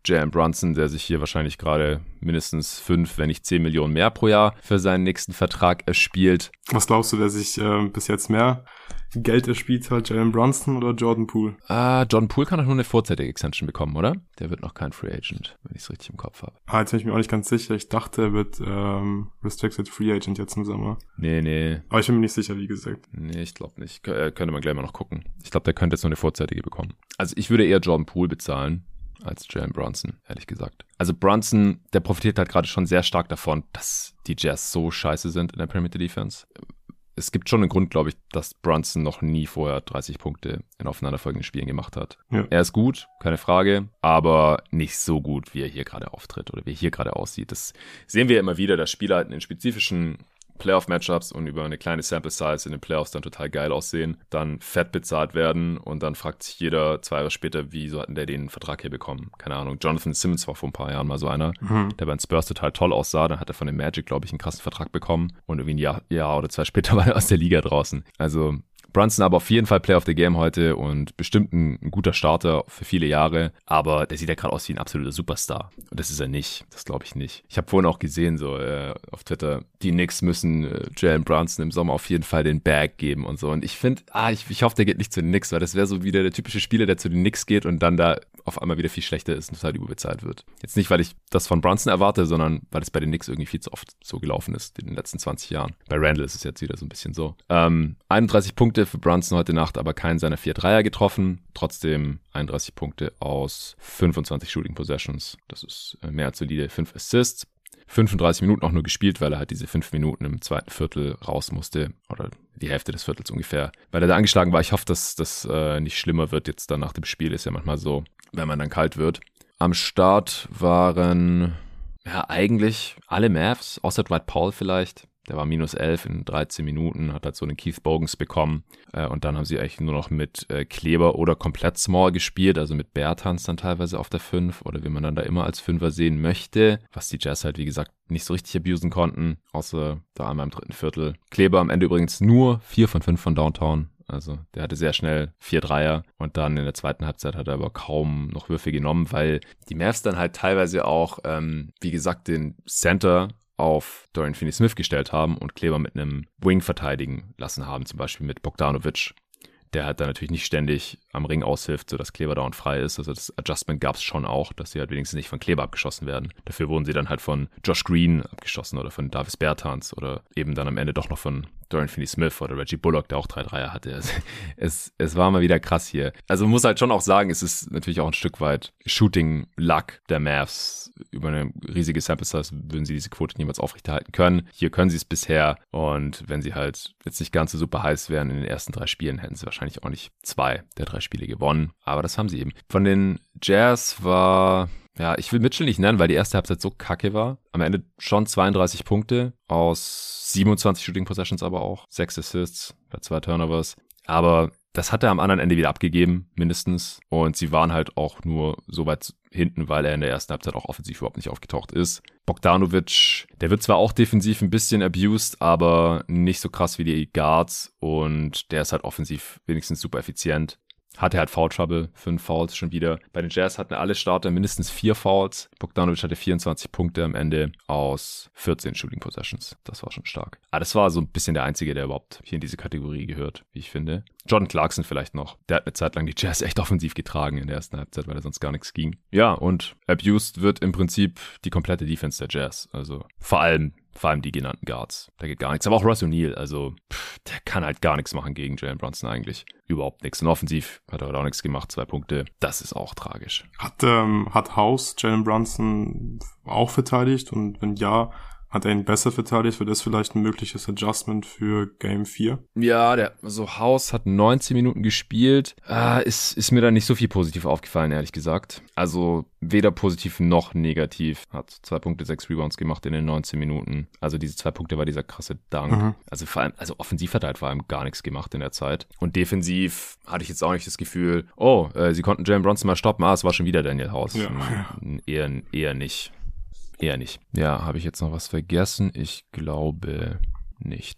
Jalen Brunson, der sich hier wahrscheinlich gerade mindestens fünf, wenn nicht zehn Millionen mehr pro Jahr für seinen nächsten Vertrag erspielt. Was glaubst du, wer sich äh, bis jetzt mehr Geld erspielt hat, Jalen Brunson oder Jordan Poole? Ah, Jordan Poole kann doch nur eine vorzeitige Extension bekommen, oder? Der wird noch kein Free Agent, wenn ich es richtig im Kopf habe. Ah, jetzt bin ich mir auch nicht ganz sicher. Ich dachte, er wird ähm, Restricted Free Agent jetzt im Sommer. Nee, nee. Aber ich bin mir nicht sicher, wie gesagt. Nee, ich glaube nicht. K- könnte man gleich mal noch gucken. Ich glaube, der könnte jetzt nur eine vorzeitige bekommen. Also ich würde eher Jordan Poole bezahlen als Jalen Brunson, ehrlich gesagt. Also Brunson, der profitiert halt gerade schon sehr stark davon, dass die Jazz so scheiße sind in der Perimeter Defense. Es gibt schon einen Grund, glaube ich, dass Brunson noch nie vorher dreißig Punkte in aufeinanderfolgenden Spielen gemacht hat. Ja. Er ist gut, keine Frage, aber nicht so gut, wie er hier gerade auftritt oder wie er hier gerade aussieht. Das sehen wir immer wieder, dass Spieler halt in den spezifischen Playoff-Matchups und über eine kleine Sample-Size in den Playoffs dann total geil aussehen, dann fett bezahlt werden und dann fragt sich jeder zwei Jahre später, wieso hat denn der den Vertrag hier bekommen? Keine Ahnung. Jonathan Simmons war vor ein paar Jahren mal so einer, mhm. der bei den Spurs total toll aussah, dann hat er von den Magic, glaube ich, einen krassen Vertrag bekommen und irgendwie ein Jahr, Jahr oder zwei später war er aus der Liga draußen. Also Brunson aber auf jeden Fall Player of the Game heute und bestimmt ein, ein guter Starter für viele Jahre, aber der sieht ja gerade aus wie ein absoluter Superstar und das ist er nicht, das glaube ich nicht. Ich habe vorhin auch gesehen, so äh, auf Twitter, die Knicks müssen äh, Jalen Brunson im Sommer auf jeden Fall den Bag geben und so und ich finde, ah, ich, ich hoffe, der geht nicht zu den Knicks, weil das wäre so wieder der typische Spieler, der zu den Knicks geht und dann da auf einmal wieder viel schlechter ist und total überbezahlt wird. Jetzt nicht, weil ich das von Brunson erwarte, sondern weil es bei den Knicks irgendwie viel zu oft so gelaufen ist in den letzten zwanzig Jahren. Bei Randall ist es jetzt wieder so ein bisschen so. Ähm, einunddreißig Punkte für Brunson heute Nacht, aber keinen seiner vier Dreier getroffen. Trotzdem einunddreißig Punkte aus fünfundzwanzig Shooting Possessions. Das ist mehr als solide. fünf Assists. fünfunddreißig Minuten auch nur gespielt, weil er halt diese fünf Minuten im zweiten Viertel raus musste. Oder die Hälfte des Viertels ungefähr. Weil er da angeschlagen war. Ich hoffe, dass das äh, nicht schlimmer wird jetzt dann nach dem Spiel. Ist ja manchmal so, wenn man dann kalt wird. Am Start waren ja eigentlich alle Mavs, außer Dwight Powell vielleicht. Der war minus elf in dreizehn Minuten, hat halt so einen Keith Bogans bekommen. Äh, und dann haben sie eigentlich nur noch mit äh, Kleber oder komplett Small gespielt, also mit Bertans dann teilweise auf der fünf oder wie man dann da immer als Fünfer sehen möchte. Was die Jazz halt, wie gesagt, nicht so richtig abusen konnten, außer da einmal im dritten Viertel. Kleber am Ende übrigens nur vier von fünf von Downtown. Also der hatte sehr schnell vier Dreier und dann in der zweiten Halbzeit hat er aber kaum noch Würfe genommen, weil die Mavs dann halt teilweise auch, ähm, wie gesagt, den Center auf Dorian Finney-Smith gestellt haben und Kleber mit einem Wing verteidigen lassen haben, zum Beispiel mit Bogdanovic, der halt dann natürlich nicht ständig am Ring aushilft, sodass Kleber dauernd frei ist. Also das Adjustment gab es schon auch, dass sie halt wenigstens nicht von Kleber abgeschossen werden. Dafür wurden sie dann halt von Josh Green abgeschossen oder von Davis Bertans oder eben dann am Ende doch noch von Dorian Finney-Smith oder Reggie Bullock, der auch drei Dreier hatte. Also es, es war mal wieder krass hier. Also man muss halt schon auch sagen, es ist natürlich auch ein Stück weit Shooting-Luck der Mavs. Über eine riesige Sample-Size würden sie diese Quote niemals aufrechterhalten können. Hier können sie es bisher und wenn sie halt jetzt nicht ganz so super heiß wären in den ersten drei Spielen, hätten sie wahrscheinlich auch nicht zwei der drei Spiele gewonnen. Aber das haben sie eben. Von den Jazz war... Ja, ich will Mitchell nicht nennen, weil die erste Halbzeit so kacke war. Am Ende schon zweiunddreißig Punkte aus siebenundzwanzig Shooting Possessions aber auch. Sechs Assists, zwei Turnovers. Aber das hat er am anderen Ende wieder abgegeben, mindestens. Und sie waren halt auch nur so weit hinten, weil er in der ersten Halbzeit auch offensiv überhaupt nicht aufgetaucht ist. Bogdanovic, der wird zwar auch defensiv ein bisschen abused, aber nicht so krass wie die Guards. Und der ist halt offensiv wenigstens super effizient. Hatte halt Foul Trouble, fünf Fouls schon wieder. Bei den Jazz hatten alle Starter mindestens vier Fouls. Bogdanovic hatte vierundzwanzig Punkte am Ende aus vierzehn Shooting Possessions. Das war schon stark. Aber das war so ein bisschen der Einzige, der überhaupt hier in diese Kategorie gehört, wie ich finde. Jordan Clarkson vielleicht noch. Der hat eine Zeit lang die Jazz echt offensiv getragen in der ersten Halbzeit, weil da sonst gar nichts ging. Ja, und abused wird im Prinzip die komplette Defense der Jazz. Also vor allem Vor allem die genannten Guards. Da geht gar nichts. Aber auch Russ O'Neal, also pff, der kann halt gar nichts machen gegen Jalen Brunson eigentlich. Überhaupt nichts. Und offensiv hat er halt auch nichts gemacht. Zwei Punkte. Das ist auch tragisch. Hat, ähm, hat House Jalen Brunson auch verteidigt? Und wenn ja, hat er ihn besser verteidigt? Wird das vielleicht ein mögliches Adjustment für Game vier? Ja, der so House hat neunzehn Minuten gespielt. Äh, ist, ist mir da nicht so viel positiv aufgefallen, ehrlich gesagt. Also weder positiv noch negativ. Hat zwei Punkte, sechs Rebounds gemacht in den neunzehn Minuten. Also diese zwei Punkte war dieser krasse Dank. Mhm. Also vor allem, also offensiv hat er halt vor allem gar nichts gemacht in der Zeit. Und defensiv hatte ich jetzt auch nicht das Gefühl, oh, äh, sie konnten Jalen Brunson mal stoppen. Ah, es war schon wieder Daniel House. Ja. Eher, eher nicht. Eher nicht. Ja, habe ich jetzt noch was vergessen? Ich glaube nicht.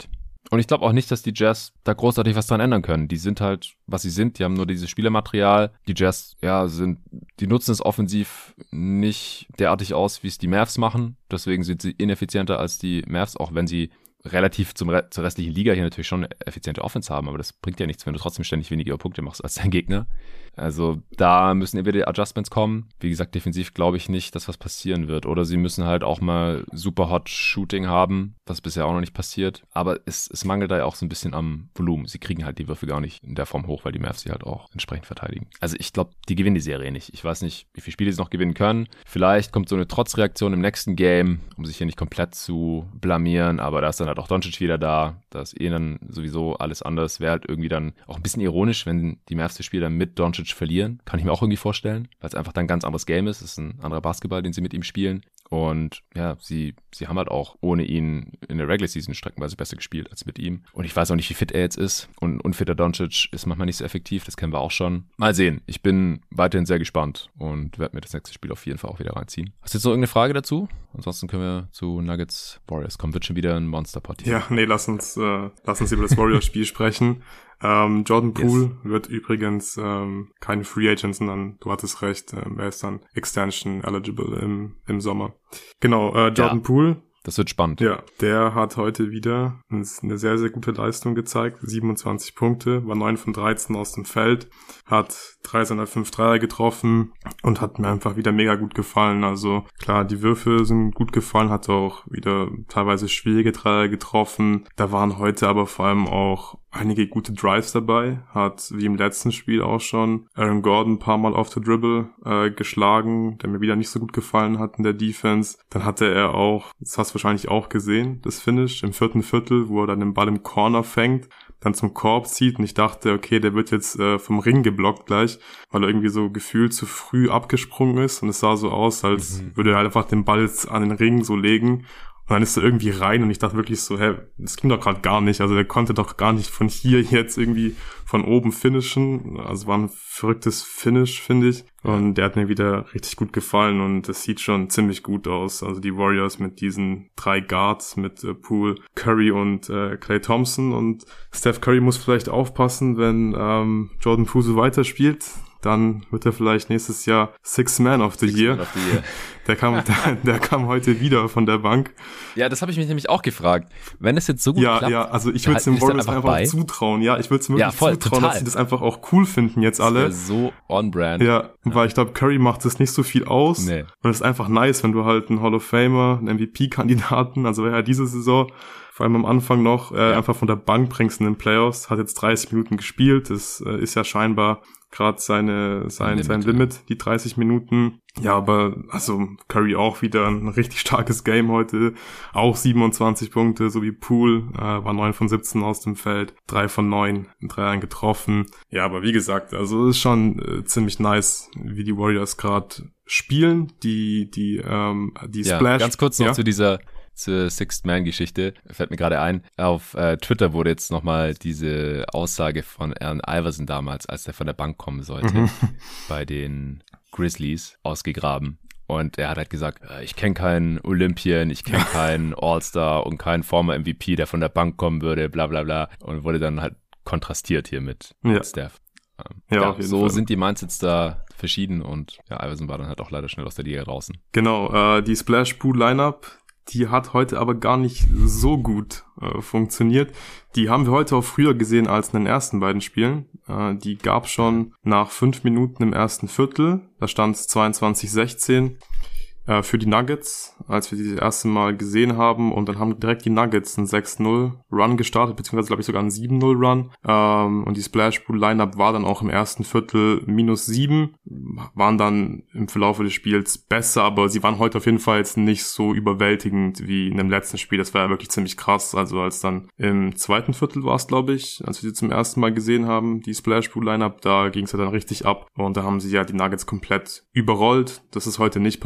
Und ich glaube auch nicht, dass die Jazz da großartig was dran ändern können. Die sind halt, was sie sind. Die haben nur dieses Spielermaterial. Die Jazz, ja, sind, die nutzen es offensiv nicht derartig aus, wie es die Mavs machen. Deswegen sind sie ineffizienter als die Mavs, auch wenn sie relativ zum Re- zur restlichen Liga hier natürlich schon eine effiziente Offense haben. Aber das bringt ja nichts, wenn du trotzdem ständig weniger Punkte machst als dein Gegner. Also da müssen entweder Adjustments kommen. Wie gesagt, defensiv glaube ich nicht, dass was passieren wird. Oder sie müssen halt auch mal super hot Shooting haben, was bisher auch noch nicht passiert. Aber es, es mangelt da ja auch so ein bisschen am Volumen. Sie kriegen halt die Würfe gar nicht in der Form hoch, weil die Mavs sie halt auch entsprechend verteidigen. Also ich glaube, die gewinnen die Serie nicht. Ich weiß nicht, wie viele Spiele sie noch gewinnen können. Vielleicht kommt so eine Trotzreaktion im nächsten Game, um sich hier nicht komplett zu blamieren. Aber da ist dann halt auch Doncic wieder da. Da ist eh dann sowieso alles anders. Wäre halt irgendwie dann auch ein bisschen ironisch, wenn die Mavs das Spiel dann mit Doncic verlieren. Kann ich mir auch irgendwie vorstellen, weil es einfach dann ein ganz anderes Game ist. Es ist ein anderer Basketball, den sie mit ihm spielen. Und ja, sie, sie haben halt auch ohne ihn in der Regular Season streckenweise besser gespielt als mit ihm. Und ich weiß auch nicht, wie fit er jetzt ist. Und unfitter Doncic ist manchmal nicht so effektiv. Das kennen wir auch schon. Mal sehen. Ich bin weiterhin sehr gespannt und werde mir das nächste Spiel auf jeden Fall auch wieder reinziehen. Hast du jetzt noch irgendeine Frage dazu? Ansonsten können wir zu Nuggets Warriors kommen. Wird schon wieder ein Monster-Partie. Ja, nee, lass uns, äh, lass uns über das Warriors-Spiel sprechen. Ähm, Jordan Poole yes. wird übrigens ähm, kein Free Agent, sondern du hattest recht, ähm, er ist dann Extension eligible im, im Sommer. Genau, äh, Jordan ja, Poole. Das wird spannend. Ja, der hat heute wieder eine sehr, sehr gute Leistung gezeigt. siebenundzwanzig Punkte, war neun von dreizehn aus dem Feld, hat drei seiner fünf Dreier getroffen und hat mir einfach wieder mega gut gefallen. Also klar, die Würfe sind gut gefallen, hat auch wieder teilweise schwierige Dreier getroffen. Da waren heute aber vor allem auch einige gute Drives dabei, hat wie im letzten Spiel auch schon Aaron Gordon ein paar Mal auf der Dribble äh, geschlagen, der mir wieder nicht so gut gefallen hat in der Defense. Dann hatte er auch, das hast du wahrscheinlich auch gesehen, das Finish im vierten Viertel, wo er dann den Ball im Corner fängt, dann zum Korb zieht und ich dachte, okay, der wird jetzt äh, vom Ring geblockt gleich, weil er irgendwie so gefühlt zu früh abgesprungen ist und es sah so aus, als mhm. würde er halt einfach den Ball an den Ring so legen. Und dann ist er irgendwie rein und ich dachte wirklich so, hä, das ging doch gerade gar nicht. Also der konnte doch gar nicht von hier jetzt irgendwie von oben finishen. Also war ein verrücktes Finish, finde ich. Und der hat mir wieder richtig gut gefallen und es sieht schon ziemlich gut aus. Also die Warriors mit diesen drei Guards, mit äh, Poole, Curry und äh, Klay Thompson. Und Steph Curry muss vielleicht aufpassen, wenn ähm, Jordan Poole so weiterspielt. Dann wird er vielleicht nächstes Jahr Sixth Man of the Year. Of the year. Der kam, der, der kam heute wieder von der Bank. Ja, das habe ich mich nämlich auch gefragt. Wenn es jetzt so gut ja, klappt. Ja, also ich würde es dem Warriors einfach, einfach zutrauen. Ja, ich würde es mir wirklich ja, voll, zutrauen, total. Dass sie das einfach auch cool finden jetzt alle. Das so on-brand. Ja, ja, weil ich glaube, Curry macht das nicht so viel aus. Nee. Und es ist einfach nice, wenn du halt einen Hall of Famer, einen M V P-Kandidaten, also ja diese Saison, vor allem am Anfang noch, äh, ja. einfach von der Bank bringst in den Playoffs, hat jetzt dreißig Minuten gespielt. Das äh, ist ja scheinbar gerade seine sein Limit, sein Limit, die dreißig Minuten. Ja, aber also Curry auch wieder ein richtig starkes Game heute. Auch siebenundzwanzig Punkte, so wie Poole, äh, war neun von siebzehn aus dem Feld, drei von neun in Dreiern getroffen. Ja, aber wie gesagt, also ist schon äh, ziemlich nice, wie die Warriors gerade spielen. Die die ähm, die ja, Splash. Ganz kurz noch ja? zu dieser zur Sixth-Man-Geschichte, fällt mir gerade ein. Auf äh, Twitter wurde jetzt nochmal diese Aussage von Allen Iverson damals, als er von der Bank kommen sollte, mhm. bei den Grizzlies ausgegraben. Und er hat halt gesagt, ich kenne keinen Olympian, ich kenne keinen All-Star und keinen former M V P, der von der Bank kommen würde, bla bla bla. Und wurde dann halt kontrastiert hier mit, ja. mit Steph. Ähm, ja, ja, auf jeden so Fall. Sind die Mindsets da verschieden und ja, Iverson war dann halt auch leider schnell aus der Liga draußen. Genau, äh, die Splash-Pool-Lineup, die hat heute aber gar nicht so gut äh, funktioniert. Die haben wir heute auch früher gesehen als in den ersten beiden Spielen. Äh, die gab schon nach fünf Minuten im ersten Viertel. Da stand es zweiundzwanzig sechzehn äh, für die Nuggets, als wir die das erste Mal gesehen haben. Und dann haben direkt die Nuggets einen sechs null Run gestartet, beziehungsweise glaube ich sogar einen sieben null Run. Ähm, und die Splash-Pool-Lineup war dann auch im ersten Viertel minus sieben. Waren dann im Verlauf des Spiels besser, aber sie waren heute auf jeden Fall jetzt nicht so überwältigend wie in dem letzten Spiel. Das war ja wirklich ziemlich krass. Also als dann im zweiten Viertel war es, glaube ich, als wir sie zum ersten Mal gesehen haben, die Splash-Pool-Lineup, da ging es ja dann richtig ab. Und da haben sie ja die Nuggets komplett überrollt. Das ist heute nicht passiert.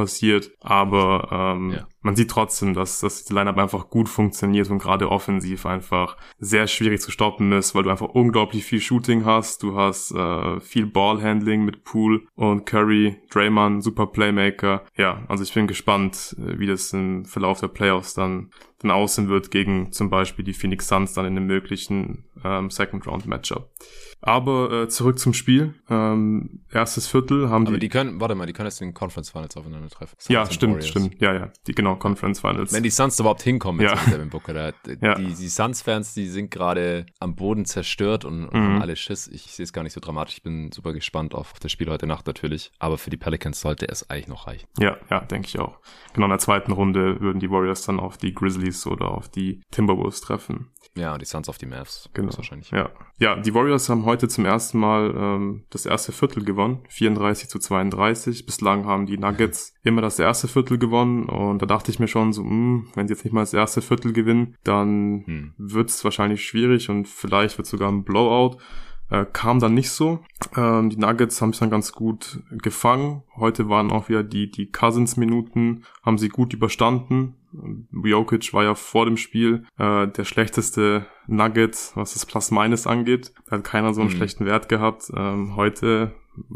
schwierig. Aber ähm, ja. man sieht trotzdem, dass, dass die Lineup einfach gut funktioniert und gerade offensiv einfach sehr schwierig zu stoppen ist, weil du einfach unglaublich viel Shooting hast. Du hast äh, viel Ballhandling mit Poole und Curry, Draymond, super Playmaker. Ja, also ich bin gespannt, wie das im Verlauf der Playoffs dann, dann aussehen wird gegen zum Beispiel die Phoenix Suns dann in einem möglichen ähm, Second-Round-Matchup. Aber äh, zurück zum Spiel. Ähm, erstes Viertel haben die... Aber die können, warte mal, die können jetzt in den Conference Finals aufeinandertreffen. Suns ja, stimmt, Warriors. stimmt. Ja, ja, die genau, Conference Finals. Wenn die Suns überhaupt hinkommen ja. mit Devin Booker. Da, die, ja. die, die Suns-Fans, die sind gerade am Boden zerstört und, und mhm. haben alle Schiss. Ich sehe es gar nicht so dramatisch. Ich bin super gespannt auf, auf das Spiel heute Nacht natürlich. Aber für die Pelicans sollte es eigentlich noch reichen. Ja, ja, denke ich auch. Genau, in der zweiten Runde würden die Warriors dann auf die Grizzlies oder auf die Timberwolves treffen. Ja, und die Suns auf die Mavs. Genau. Wahrscheinlich. Ja. ja, die Warriors haben heute zum ersten Mal ähm, das erste Viertel gewonnen. vierunddreißig zu zweiunddreißig. Bislang haben die Nuggets immer das erste Viertel gewonnen. Und da dachte ich mir schon so, mh, wenn sie jetzt nicht mal das erste Viertel gewinnen, dann hm. wird es wahrscheinlich schwierig und vielleicht wird sogar ein Blowout. Äh, kam dann nicht so. Ähm, die Nuggets haben es dann ganz gut gefangen. Heute waren auch wieder die, die Cousins-Minuten, haben sie gut überstanden. Jokic war ja vor dem Spiel äh, der schlechteste Nugget, was das Plus-Minus angeht. Da hat keiner so einen mhm. schlechten Wert gehabt. Ähm, heute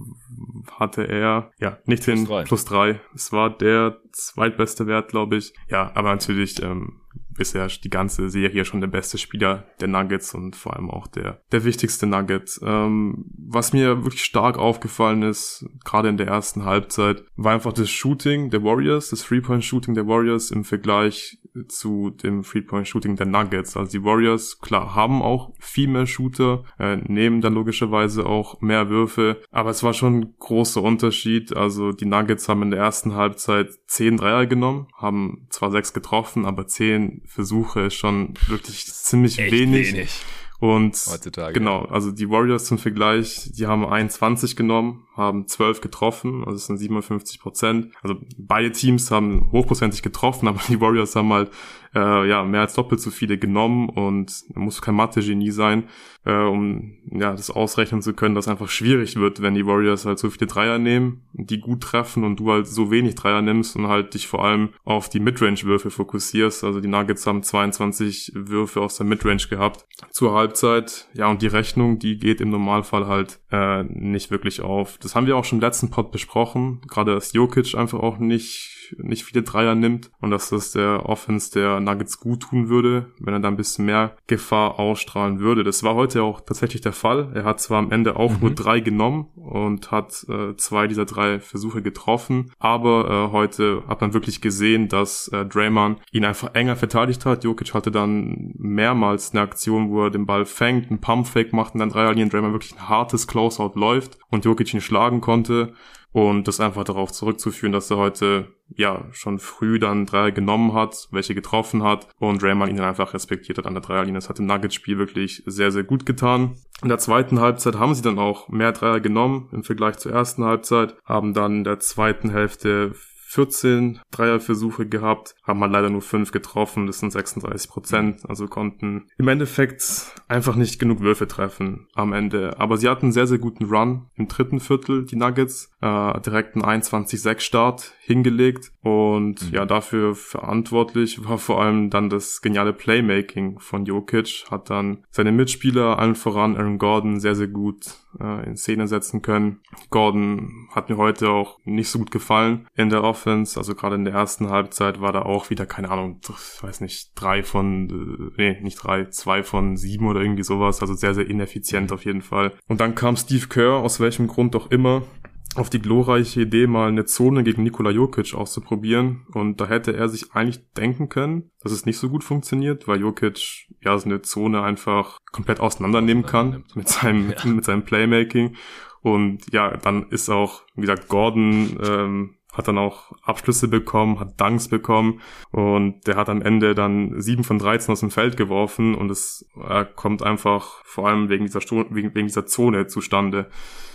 hatte er ja nicht den plus drei. Es war der zweitbeste Wert, glaube ich. Ja, aber natürlich ähm, bisher die ganze Serie schon der beste Spieler der Nuggets und vor allem auch der der wichtigste Nugget. Ähm, was mir wirklich stark aufgefallen ist, gerade in der ersten Halbzeit, war einfach das Shooting der Warriors, das Three-Point-Shooting der Warriors im Vergleich zu dem Three-Point-Shooting der Nuggets. Also die Warriors, klar, haben auch viel mehr Shooter, äh, nehmen dann logischerweise auch mehr Würfe, aber es war schon ein großer Unterschied. Also die Nuggets haben in der ersten Halbzeit zehn Dreier genommen, haben zwar sechs getroffen, aber zehn Versuche ist schon wirklich ziemlich Echt wenig. wenig. Und heutzutage, genau, also die Warriors zum Vergleich, die haben einundzwanzig genommen, haben zwölf getroffen, also das sind siebenundfünfzig Prozent. Also beide Teams haben hochprozentig getroffen, aber die Warriors haben halt äh, ja mehr als doppelt so viele genommen und man muss kein Mathe-Genie sein, äh, um ja das ausrechnen zu können, dass einfach schwierig wird, wenn die Warriors halt so viele Dreier nehmen, die gut treffen und du halt so wenig Dreier nimmst und halt dich vor allem auf die Midrange-Würfe fokussierst. Also die Nuggets haben zweiundzwanzig Würfe aus der Midrange gehabt zur Halbzeit. Ja, und die Rechnung, die geht im Normalfall halt äh, nicht wirklich auf. Das haben wir auch schon im letzten Pod besprochen, gerade dass Jokic einfach auch nicht nicht viele Dreier nimmt und dass das der Offense der Nuggets gut tun würde, wenn er da ein bisschen mehr Gefahr ausstrahlen würde. Das war heute auch tatsächlich der Fall. Er hat zwar am Ende auch mhm. nur drei genommen und hat äh, zwei dieser drei Versuche getroffen, aber äh, heute hat man wirklich gesehen, dass äh, Draymond ihn einfach enger verteidigt hat. Jokic hatte dann mehrmals eine Aktion, wo er den Ball fängt, einen Pumpfake macht und dann Dreierlinien Draymond wirklich ein hartes Closeout läuft und Jokic ihn schlagen konnte. Und das einfach darauf zurückzuführen, dass er heute ja schon früh dann Dreier genommen hat, welche getroffen hat und Draymond ihn dann einfach respektiert hat an der Dreierlinie. Das hat im Nuggets-Spiel wirklich sehr, sehr gut getan. In der zweiten Halbzeit haben sie dann auch mehr Dreier genommen im Vergleich zur ersten Halbzeit, haben dann in der zweiten Hälfte vierzehn Dreierversuche gehabt, haben halt leider nur fünf getroffen, das sind sechsunddreißig Prozent, also konnten im Endeffekt einfach nicht genug Würfe treffen am Ende. Aber sie hatten einen sehr, sehr guten Run im dritten Viertel, die Nuggets, äh, direkt einen einundzwanzig sechs Start hingelegt und mhm. ja, dafür verantwortlich war vor allem dann das geniale Playmaking von Jokic, hat dann seine Mitspieler, allen voran Aaron Gordon, sehr, sehr gut äh, in Szene setzen können. Gordon hat mir heute auch nicht so gut gefallen in der Offense, also gerade in der ersten Halbzeit war da auch wieder, keine Ahnung, ich weiß nicht, drei von, nee, nicht drei, zwei von sieben oder irgendwie sowas, also sehr, sehr ineffizient auf jeden Fall. Und dann kam Steve Kerr, aus welchem Grund auch immer, auf die glorreiche Idee, mal eine Zone gegen Nikola Jokic auszuprobieren. Und da hätte er sich eigentlich denken können, dass es nicht so gut funktioniert, weil Jokic ja so eine Zone einfach komplett auseinandernehmen kann mit seinem, ja. mit seinem Playmaking. Und ja, dann ist auch, wie gesagt, Gordon ähm, hat dann auch Abschlüsse bekommen, hat Dunks bekommen und der hat am Ende dann sieben von dreizehn aus dem Feld geworfen und es äh, kommt einfach vor allem wegen dieser Sto- wegen, wegen dieser Zone zustande.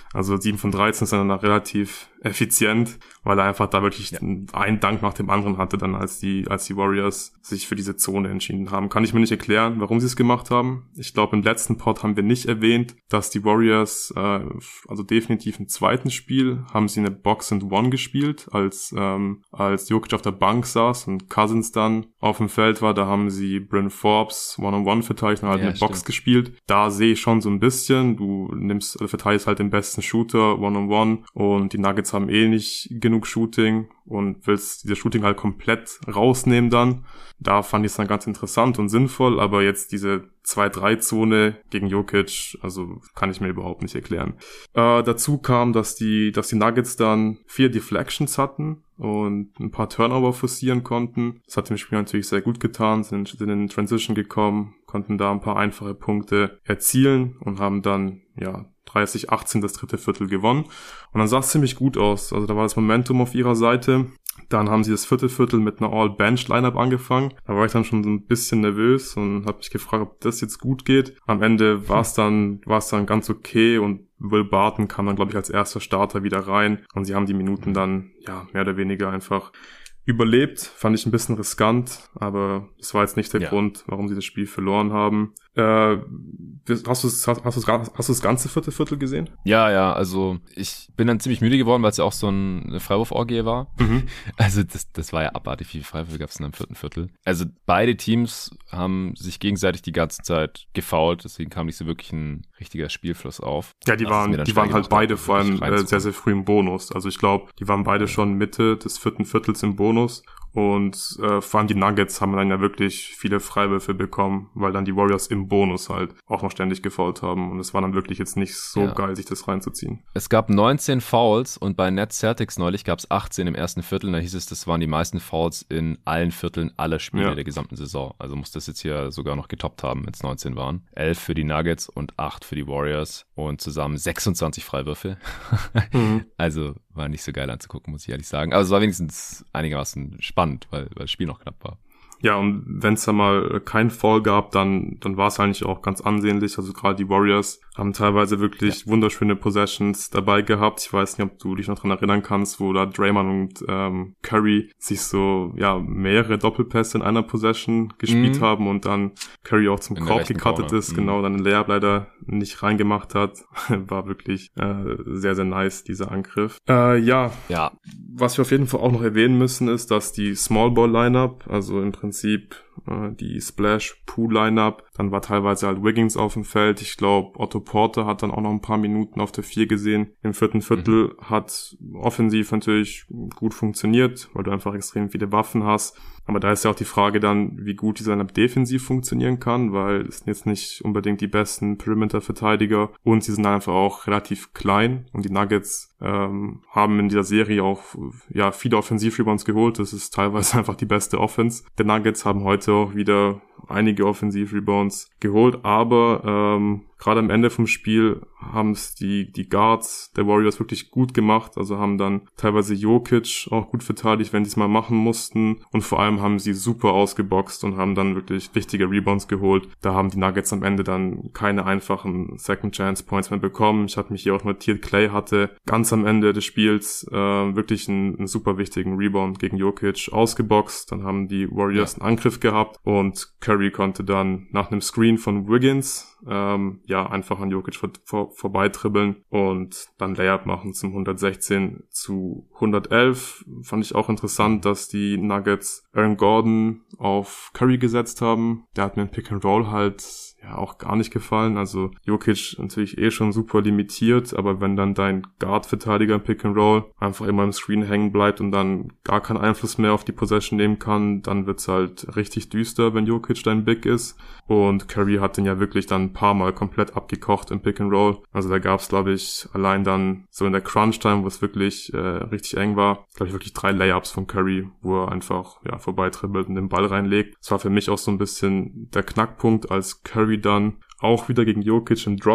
Also sieben von dreizehn ist dann relativ effizient, weil er einfach da wirklich ja. einen Dank nach dem anderen hatte, dann als die als die Warriors sich für diese Zone entschieden haben. Kann ich mir nicht erklären, warum sie es gemacht haben. Ich glaube, im letzten Pod haben wir nicht erwähnt, dass die Warriors, äh, also definitiv im zweiten Spiel, haben sie eine Box and One gespielt, als ähm, als Jokic auf der Bank saß und Cousins dann auf dem Feld war. Da haben sie Bryn Forbes One-on-One verteidigt und halt ja, eine stimmt. Box gespielt. Da sehe ich schon so ein bisschen, du nimmst, also verteidigst halt den besten Shooter One-on-One und die Nuggets haben eh nicht genug Shooting und willst dieses Shooting halt komplett rausnehmen dann. Da fand ich es dann ganz interessant und sinnvoll, aber jetzt diese zwei drei Zone gegen Jokic, also kann ich mir überhaupt nicht erklären. Äh, dazu kam, dass die, dass die Nuggets dann vier Deflections hatten und ein paar Turnover forcieren konnten. Das hat dem Spiel natürlich sehr gut getan, sind, sind in Transition gekommen, konnten da ein paar einfache Punkte erzielen und haben dann, ja, dreißig achtzehn das dritte Viertel gewonnen. Und dann sah es ziemlich gut aus. Also da war das Momentum auf ihrer Seite. Dann haben sie das vierte Viertel mit einer All-Bench-Lineup angefangen. Da war ich dann schon so ein bisschen nervös und habe mich gefragt, ob das jetzt gut geht. Am Ende war es dann, war es dann ganz okay und Will Barton kam dann, glaube ich, als erster Starter wieder rein. Und sie haben die Minuten dann, ja, mehr oder weniger einfach überlebt. Fand ich ein bisschen riskant, aber das war jetzt nicht der ja. Grund, warum sie das Spiel verloren haben. Äh, hast du hast, hast, hast, hast du das ganze vierte Viertel gesehen? Ja, ja, also ich bin dann ziemlich müde geworden, weil es ja auch so eine Freiwurf-Orgie war. Mhm. Also das, das war ja abartig, wie viele Freiwürfe gab es denn im vierten Viertel? Also beide Teams haben sich gegenseitig die ganze Zeit gefoult, deswegen kam nicht so wirklich ein richtiger Spielfluss auf. Ja, die waren, die waren halt beide vor allem äh, sehr, sehr früh im Bonus. Also ich glaube, die waren beide schon Mitte des vierten Viertels im Bonus. Und äh, vor allem die Nuggets haben dann ja wirklich viele Freiwürfe bekommen, weil dann die Warriors im Bonus halt auch noch ständig gefoult haben. Und es war dann wirklich jetzt nicht so ja. geil, sich das reinzuziehen. Es gab neunzehn Fouls und bei Nets Celtics neulich gab es achtzehn im ersten Viertel. Da hieß es, das waren die meisten Fouls in allen Vierteln aller Spiele ja. der gesamten Saison. Also muss das jetzt hier sogar noch getoppt haben, wenn es neunzehn waren. elf für die Nuggets und acht für die Warriors und zusammen sechsundzwanzig Freiwürfe. Mhm. Also war nicht so geil anzugucken, muss ich ehrlich sagen. Aber es war wenigstens einigermaßen spannend, weil, weil das Spiel noch knapp war. Ja, und wenn es da mal kein Fall gab, dann dann war es eigentlich auch ganz ansehnlich. Also gerade die Warriors haben teilweise wirklich ja. wunderschöne Possessions dabei gehabt. Ich weiß nicht, ob du dich noch dran erinnern kannst, wo da Draymond und ähm, Curry sich so ja mehrere Doppelpässe in einer Possession gespielt mhm. haben und dann Curry auch zum in Korb gecuttet ist, mhm. genau, dann den Layup leider nicht reingemacht hat. War wirklich äh, sehr, sehr nice, dieser Angriff. Äh, ja, ja, was wir auf jeden Fall auch noch erwähnen müssen, ist, dass die Small Ball Lineup, also im Prinzip äh, die Splash Pool Lineup, dann war teilweise halt Wiggins auf dem Feld. Ich glaube, Otto Porter hat dann auch noch ein paar Minuten auf der vier gesehen. Im vierten Viertel mhm. hat offensiv natürlich gut funktioniert, weil du einfach extrem viele Waffen hast. Aber da ist ja auch die Frage dann, wie gut dieser Lineup defensiv funktionieren kann, weil es sind jetzt nicht unbedingt die besten Perimeter-Verteidiger und sie sind einfach auch relativ klein und die Nuggets ähm, haben in dieser Serie auch ja viele Offensiv-Rebounds geholt. Das ist teilweise einfach die beste Offense. Die Nuggets haben heute auch wieder einige Offensiv-Rebounds geholt, aber ähm, gerade am Ende vom Spiel haben es die die Guards der Warriors wirklich gut gemacht, also haben dann teilweise Jokic auch gut verteidigt, wenn sie es mal machen mussten und vor allem haben sie super ausgeboxt und haben dann wirklich wichtige Rebounds geholt. Da haben die Nuggets am Ende dann keine einfachen Second Chance Points mehr bekommen. Ich habe mich hier auch notiert, Clay hatte ganz am Ende des Spiels äh, wirklich einen, einen super wichtigen Rebound gegen Jokic ausgeboxt. Dann haben die Warriors ja. einen Angriff gehabt und Curry konnte dann nach einem Screen von Wiggins ähm, ja einfach an Jokic vor, vor, vorbeitribbeln und dann Layup machen zum hundertsechzehn zu hundertelf. Fand ich auch interessant, dass die Nuggets Aaron Gordon auf Curry gesetzt haben. Der hat mir ein Pick and Roll halt ja auch gar nicht gefallen. Also Jokic natürlich eh schon super limitiert, aber wenn dann dein Guard-Verteidiger im Pick and Roll einfach immer im Screen hängen bleibt und dann gar keinen Einfluss mehr auf die Possession nehmen kann, dann wird's halt richtig düster, wenn Jokic dein Big ist. Und Curry hat den ja wirklich dann ein paar Mal komplett abgekocht im Pick and Roll. Also da gab's, glaube ich, allein dann so in der Crunch-Time, wo es wirklich äh, richtig eng war, glaube ich wirklich drei Layups von Curry, wo er einfach ja vorbeitribbelt und den Ball reinlegt. Das war für mich auch so ein bisschen der Knackpunkt, als Curry dann auch wieder gegen Jokic im Drop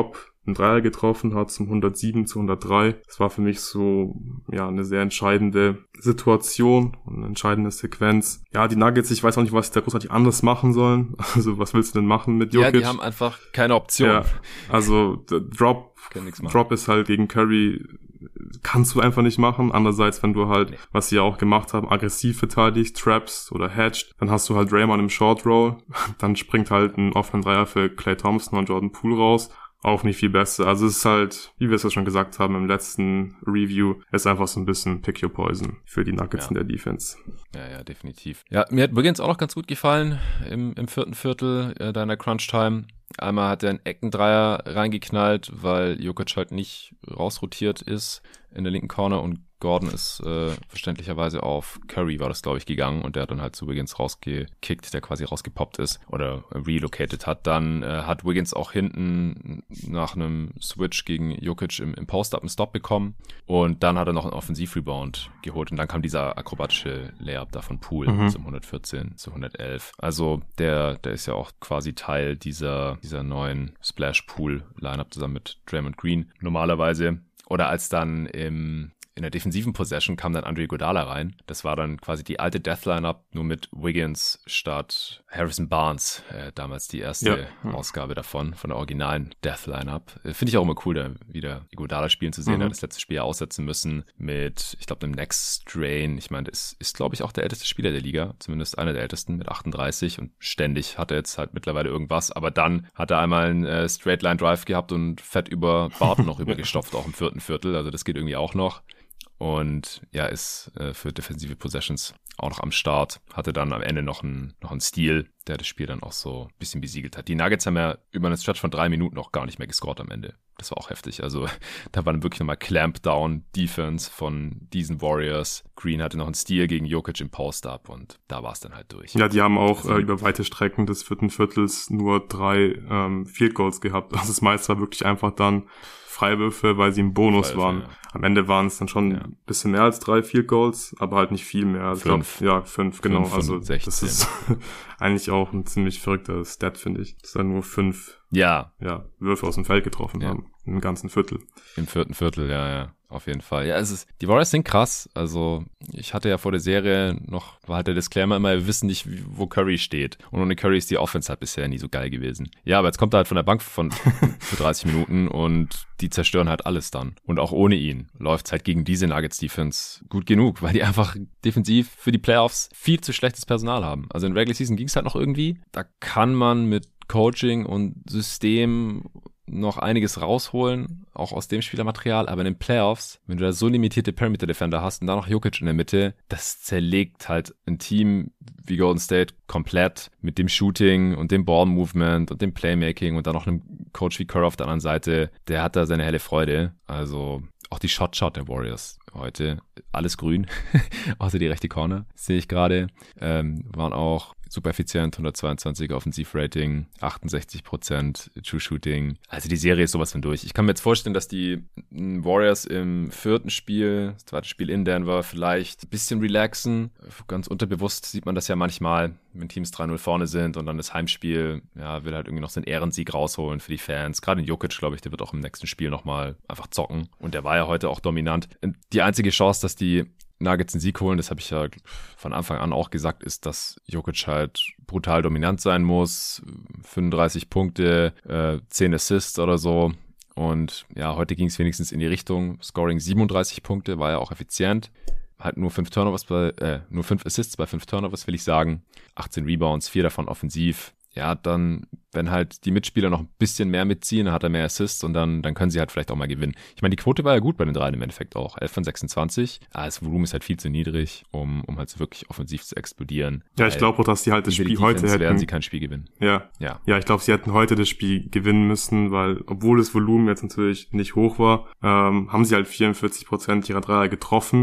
einen Dreier getroffen hat zum hundertsieben zu hundertdrei. Das war für mich so, ja, eine sehr entscheidende Situation und eine entscheidende Sequenz. Ja, die Nuggets, ich weiß auch nicht, was sie da großartig anders machen sollen. Also, was willst du denn machen mit Jokic? Ja, die haben einfach keine Option. Ja, also, der Drop, Drop ist halt gegen Curry, kannst du einfach nicht machen. Andererseits, wenn du halt, nee. was sie ja auch gemacht haben, aggressiv verteidigst, traps oder hedged, dann hast du halt Draymond im Short Roll, dann springt halt ein offener Dreier für Klay Thompson und Jordan Poole raus. Auch nicht viel besser. Also es ist halt, wie wir es ja schon gesagt haben im letzten Review, ist einfach so ein bisschen Pick Your Poison für die Nuggets ja. in der Defense. Ja, ja, definitiv. Ja, mir hat Wiggins auch noch ganz gut gefallen im, im vierten Viertel äh, deiner Crunch-Time. Einmal hat er einen Eckendreier reingeknallt, weil Jokic halt nicht rausrotiert ist in der linken Corner und Gordon ist äh, verständlicherweise auf Curry, war das glaube ich, gegangen und der hat dann halt zu Wiggins rausgekickt, der quasi rausgepoppt ist oder relocated hat. Dann äh, hat Wiggins auch hinten nach einem Switch gegen Jokic im, im Post-Up einen Stop bekommen und dann hat er noch einen Offensiv-Rebound geholt und dann kam dieser akrobatische Layup da von Poole mhm. zum hundertvierzehn zu hundertelf. Also der der ist ja auch quasi Teil dieser dieser neuen Splash-Pool-Lineup zusammen mit Draymond Green normalerweise. Oder als dann im in der defensiven Possession kam dann Andre Iguodala rein. Das war dann quasi die alte Death-Lineup, nur mit Wiggins statt Harrison Barnes. Äh, damals die erste ja. Ausgabe davon, von der originalen Death-Lineup. Äh, Finde ich auch immer cool, da wieder Iguodala spielen zu sehen. Mhm. Er hat das letzte Spiel aussetzen müssen mit, ich glaube, einem Next-Strain. Ich meine, das ist, glaube ich, auch der älteste Spieler der Liga. Zumindest einer der ältesten mit achtunddreißig. Und ständig hat er jetzt halt mittlerweile irgendwas. Aber dann hat er einmal einen äh, Straight-Line-Drive gehabt und fett über Barton noch übergestopft, auch im vierten Viertel. Also das geht irgendwie auch noch. Und ja, ist äh, für defensive Possessions auch noch am Start. Hatte dann am Ende noch einen, noch einen Steal, der das Spiel dann auch so ein bisschen besiegelt hat. Die Nuggets haben ja über einen Stretch von drei Minuten noch gar nicht mehr gescored am Ende. Das war auch heftig. Also da war dann wirklich nochmal Clamp-Down-Defense von diesen Warriors. Green hatte noch einen Steal gegen Jokic im Post-Up und da war es dann halt durch. Ja, die haben auch äh, über weite Strecken des vierten Viertels nur drei ähm, Field Goals gehabt. Also das meiste war wirklich einfach dann Freiwürfe, weil sie im Bonus Freiwürfe, waren. Ja. Am Ende waren es dann schon ja. ein bisschen mehr als drei Field Goals, aber halt nicht viel mehr. Fünf. Glaub, ja, fünf, genau. Fünf also sechzehn. Das ist eigentlich auch ein ziemlich verrückter Stat, finde ich. Dass dann nur fünf ja. Ja, Würfe aus dem Feld getroffen ja. haben. Im ganzen Viertel. Im vierten Viertel, ja, ja. Auf jeden Fall. Ja, es ist, die Warriors sind krass. Also, ich hatte ja vor der Serie noch, war halt der Disclaimer immer, wir wissen nicht, wo Curry steht. Und ohne Curry ist die Offense halt bisher nie so geil gewesen. Ja, aber jetzt kommt er halt von der Bank von, für dreißig Minuten und die zerstören halt alles dann. Und auch ohne ihn läuft es halt gegen diese Nuggets-Defense gut genug, weil die einfach defensiv für die Playoffs viel zu schlechtes Personal haben. Also in Regular Season ging es halt noch irgendwie. Da kann man mit Coaching und System noch einiges rausholen, auch aus dem Spielermaterial, aber in den Playoffs, wenn du da so limitierte Perimeter-Defender hast und dann noch Jokic in der Mitte, das zerlegt halt ein Team wie Golden State komplett mit dem Shooting und dem Ball-Movement und dem Playmaking und dann noch einem Coach wie Kerr auf der anderen Seite, der hat da seine helle Freude. Also auch die Shot-Shot der Warriors heute, alles grün, außer die rechte Corner, sehe ich gerade, ähm, waren auch super effizient, hundertzweiundzwanziger Offensivrating, achtundsechzig Prozent True Shooting. Also die Serie ist sowas von durch. Ich kann mir jetzt vorstellen, dass die Warriors im vierten Spiel, das zweite Spiel in Denver, vielleicht ein bisschen relaxen. Ganz unterbewusst sieht man das ja manchmal, wenn Teams drei null vorne sind und dann das Heimspiel, ja, will halt irgendwie noch so einen Ehrensieg rausholen für die Fans. Gerade in Jokic, glaube ich, der wird auch im nächsten Spiel nochmal einfach zocken. Und der war ja heute auch dominant. Die einzige Chance, dass die Nuggets einen Sieg holen, das habe ich ja von Anfang an auch gesagt, ist, dass Jokic halt brutal dominant sein muss. fünfunddreißig Punkte, äh, zehn Assists oder so. Und ja, heute ging es wenigstens in die Richtung. Scoring siebenunddreißig Punkte, war ja auch effizient. Halt nur fünf Turnovers bei, äh, nur fünf Assists bei fünf Turnovers, will ich sagen. achtzehn Rebounds, vier davon offensiv. Ja, dann, wenn halt die Mitspieler noch ein bisschen mehr mitziehen, dann hat er mehr Assists und dann, dann können sie halt vielleicht auch mal gewinnen. Ich meine, die Quote war ja gut bei den dreien im Endeffekt auch. elf von sechsundzwanzig. Ah, das Volumen ist halt viel zu niedrig, um, um halt so wirklich offensiv zu explodieren. Ja, ich glaube auch, dass die halt das Spiel heute hätten. werden sie kein Spiel gewinnen. Ja. Ja. Ja, ich glaube, sie hätten heute das Spiel gewinnen müssen, weil, obwohl das Volumen jetzt natürlich nicht hoch war, ähm, haben sie halt vierundvierzig Prozent ihrer Dreier getroffen.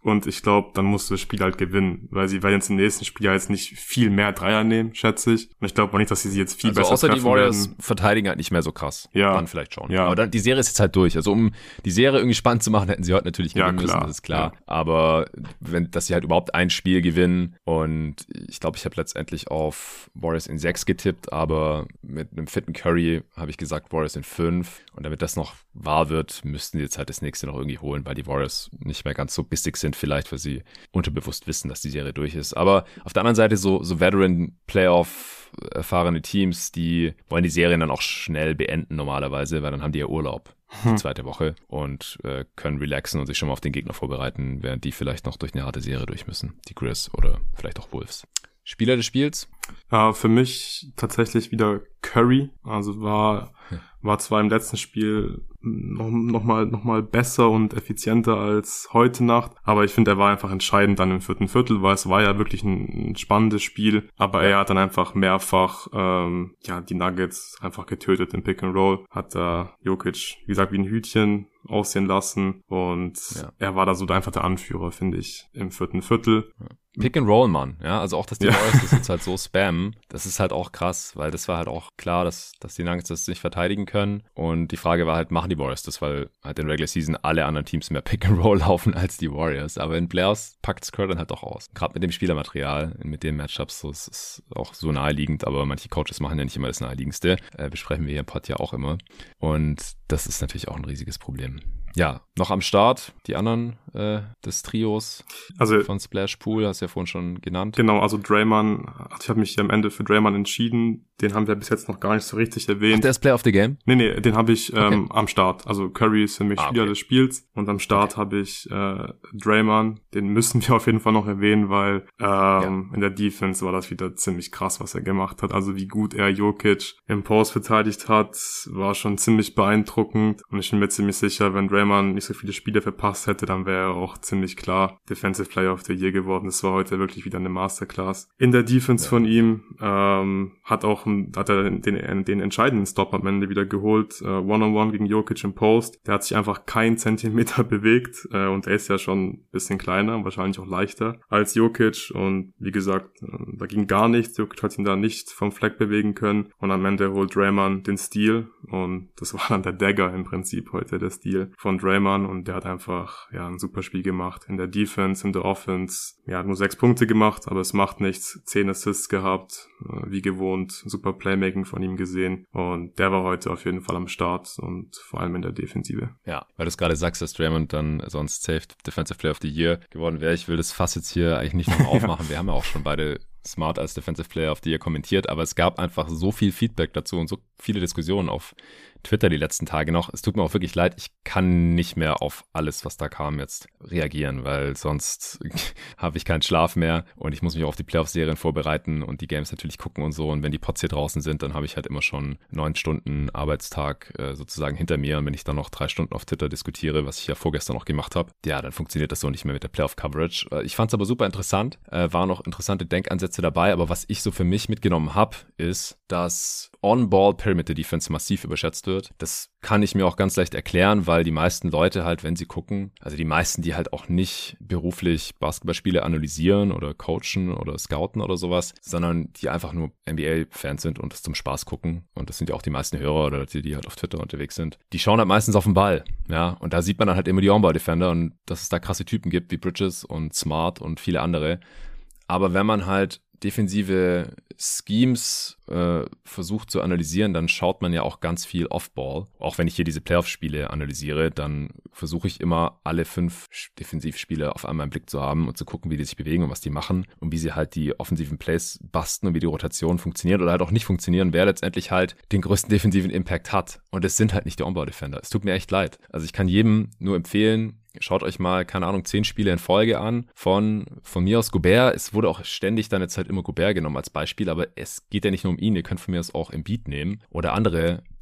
und ich glaube, dann musst du das Spiel halt gewinnen, weil sie werden jetzt im nächsten Spiel jetzt nicht viel mehr Dreier nehmen, schätze ich. Und ich glaube auch nicht, dass sie sie jetzt viel also besser außer treffen die Warriors werden. verteidigen halt nicht mehr so krass. Ja. Dann vielleicht schon. Ja. Aber dann, die Serie ist jetzt halt durch. Also um die Serie irgendwie spannend zu machen, hätten sie heute natürlich gewinnen Ja, klar. müssen, das ist klar. Ja. Aber wenn, dass sie halt überhaupt ein Spiel gewinnen und ich glaube, ich habe letztendlich auf Warriors in sechs getippt, aber mit einem fitten Curry habe ich gesagt Warriors in fünf und damit das noch wahr wird, müssten sie jetzt halt das nächste noch irgendwie holen, weil die Warriors nicht mehr ganz so bissig sind vielleicht, weil sie unterbewusst wissen, dass die Serie durch ist. Aber auf der anderen Seite so, so Veteran-Playoff erfahrene Teams, die wollen die Serien dann auch schnell beenden normalerweise, weil dann haben die ja Urlaub. Die hm. zweite Woche und äh, können relaxen und sich schon mal auf den Gegner vorbereiten, während die vielleicht noch durch eine harte Serie durch müssen. Die Grizz oder vielleicht auch Wolves. Spieler des Spiels? Uh, für mich tatsächlich wieder Curry. Also war, hm. war zwar im letzten Spiel noch, noch, mal, noch mal besser und effizienter als heute Nacht, aber ich finde, er war einfach entscheidend dann im vierten Viertel, weil es war ja wirklich ein, ein spannendes Spiel, aber er hat dann einfach mehrfach ähm, ja die Nuggets einfach getötet im Pick and Roll, hat da Jokic, wie gesagt, wie ein Hütchen aussehen lassen und ja. er war da so einfach der Anführer, finde ich, im vierten Viertel. Ja. Pick and Roll, Mann, ja, also auch, dass die ja. Warriors das jetzt halt so spammen, das ist halt auch krass, weil das war halt auch klar, dass, dass die Nuggets das nicht verteidigen können und die Frage war halt, machen die Warriors das, weil halt in Regular Season alle anderen Teams mehr Pick and Roll laufen als die Warriors, aber in Playoffs packt Curry dann halt doch aus, gerade mit dem Spielermaterial, mit den Matchups, so, es ist auch so naheliegend, aber manche Coaches machen ja nicht immer das Naheliegendste, äh, besprechen wir hier im Pod ja auch immer und das ist natürlich auch ein riesiges Problem. Ja, noch am Start, die anderen äh, des Trios also, von Splash Pool, hast du ja vorhin schon genannt. Genau, also Draymond, also ich habe mich hier am Ende für Draymond entschieden, den haben wir bis jetzt noch gar nicht so richtig erwähnt. Ach, der ist Player of the Game? Nee, nee, den habe ich ähm, okay. am Start. Also Curry ist für mich ah, Spieler okay. des Spiels und am Start okay. habe ich äh, Draymond, den müssen wir auf jeden Fall noch erwähnen, weil ähm, ja. in der Defense war das wieder ziemlich krass, was er gemacht hat. Also wie gut er Jokic im Post verteidigt hat, war schon ziemlich beeindruckend und ich bin mir ziemlich sicher, wenn Draymond nicht so viele Spiele verpasst hätte, dann wäre er auch ziemlich klar Defensive Player of the Year geworden. Das war heute wirklich wieder eine Masterclass. In der Defense ja. von ihm ähm, hat auch hat er den, den entscheidenden Stop am Ende wieder geholt. Uh, One-on-one gegen Jokic im Post. Der hat sich einfach keinen Zentimeter bewegt uh, und er ist ja schon ein bisschen kleiner und wahrscheinlich auch leichter als Jokic und wie gesagt, uh, da ging gar nichts. Jokic hat ihn da nicht vom Fleck bewegen können und am Ende holt Draymond den Steal und das war dann der Dagger im Prinzip heute, der Steal von Draymond und der hat einfach ja ein super Spiel gemacht. In der Defense, in der Offense, ja, hat nur sechs Punkte gemacht, aber es macht nichts. Zehn Assists gehabt, uh, wie gewohnt. Super Playmaking von ihm gesehen und der war heute auf jeden Fall am Start und vor allem in der Defensive. Ja, weil du es gerade sagst, dass Draymond dann sonst safe Defensive Player of the Year geworden wäre. Ich will das Fass jetzt hier eigentlich nicht nochmal aufmachen. Wir haben ja auch schon beide Smart als Defensive Player of the Year kommentiert, aber es gab einfach so viel Feedback dazu und so viele Diskussionen auf Twitter die letzten Tage noch. Es tut mir auch wirklich leid, ich kann nicht mehr auf alles, was da kam, jetzt reagieren, weil sonst habe ich keinen Schlaf mehr und ich muss mich auch auf die Playoff-Serien vorbereiten und die Games natürlich gucken und so und wenn die Pods hier draußen sind, dann habe ich halt immer schon neun Stunden Arbeitstag äh, sozusagen hinter mir und wenn ich dann noch drei Stunden auf Twitter diskutiere, was ich ja vorgestern noch gemacht habe, ja, dann funktioniert das so nicht mehr mit der Playoff-Coverage. Äh, ich fand es aber super interessant, äh, waren noch interessante Denkansätze dabei, aber was ich so für mich mitgenommen habe, ist, dass On-Ball-Perimeter-Defense massiv überschätzt wird. Das kann ich mir auch ganz leicht erklären, weil die meisten Leute halt, wenn sie gucken, also die meisten, die halt auch nicht beruflich Basketballspiele analysieren oder coachen oder scouten oder sowas, sondern die einfach nur N B A-Fans sind und das zum Spaß gucken und das sind ja auch die meisten Hörer oder die, die halt auf Twitter unterwegs sind, die schauen halt meistens auf den Ball, ja, und da sieht man dann halt immer die On-Ball-Defender und dass es da krasse Typen gibt wie Bridges und Smart und viele andere, aber wenn man halt defensive Schemes äh, versucht zu analysieren, dann schaut man ja auch ganz viel Off-Ball. Auch wenn ich hier diese Playoff-Spiele analysiere, dann versuche ich immer alle fünf Defensivspiele auf einmal im Blick zu haben und zu gucken, wie die sich bewegen und was die machen und wie sie halt die offensiven Plays basten und wie die Rotation funktioniert oder halt auch nicht funktionieren, wer letztendlich halt den größten defensiven Impact hat. Und es sind halt nicht die On-Ball-Defender. Es tut mir echt leid. Also ich kann jedem nur empfehlen, schaut euch mal, keine Ahnung, zehn Spiele in Folge an von, von mir aus Gobert. Es wurde auch ständig dann jetzt halt immer Gobert genommen als Beispiel, aber es geht ja nicht nur um ihn. Ihr könnt von mir aus auch Embiid nehmen oder andere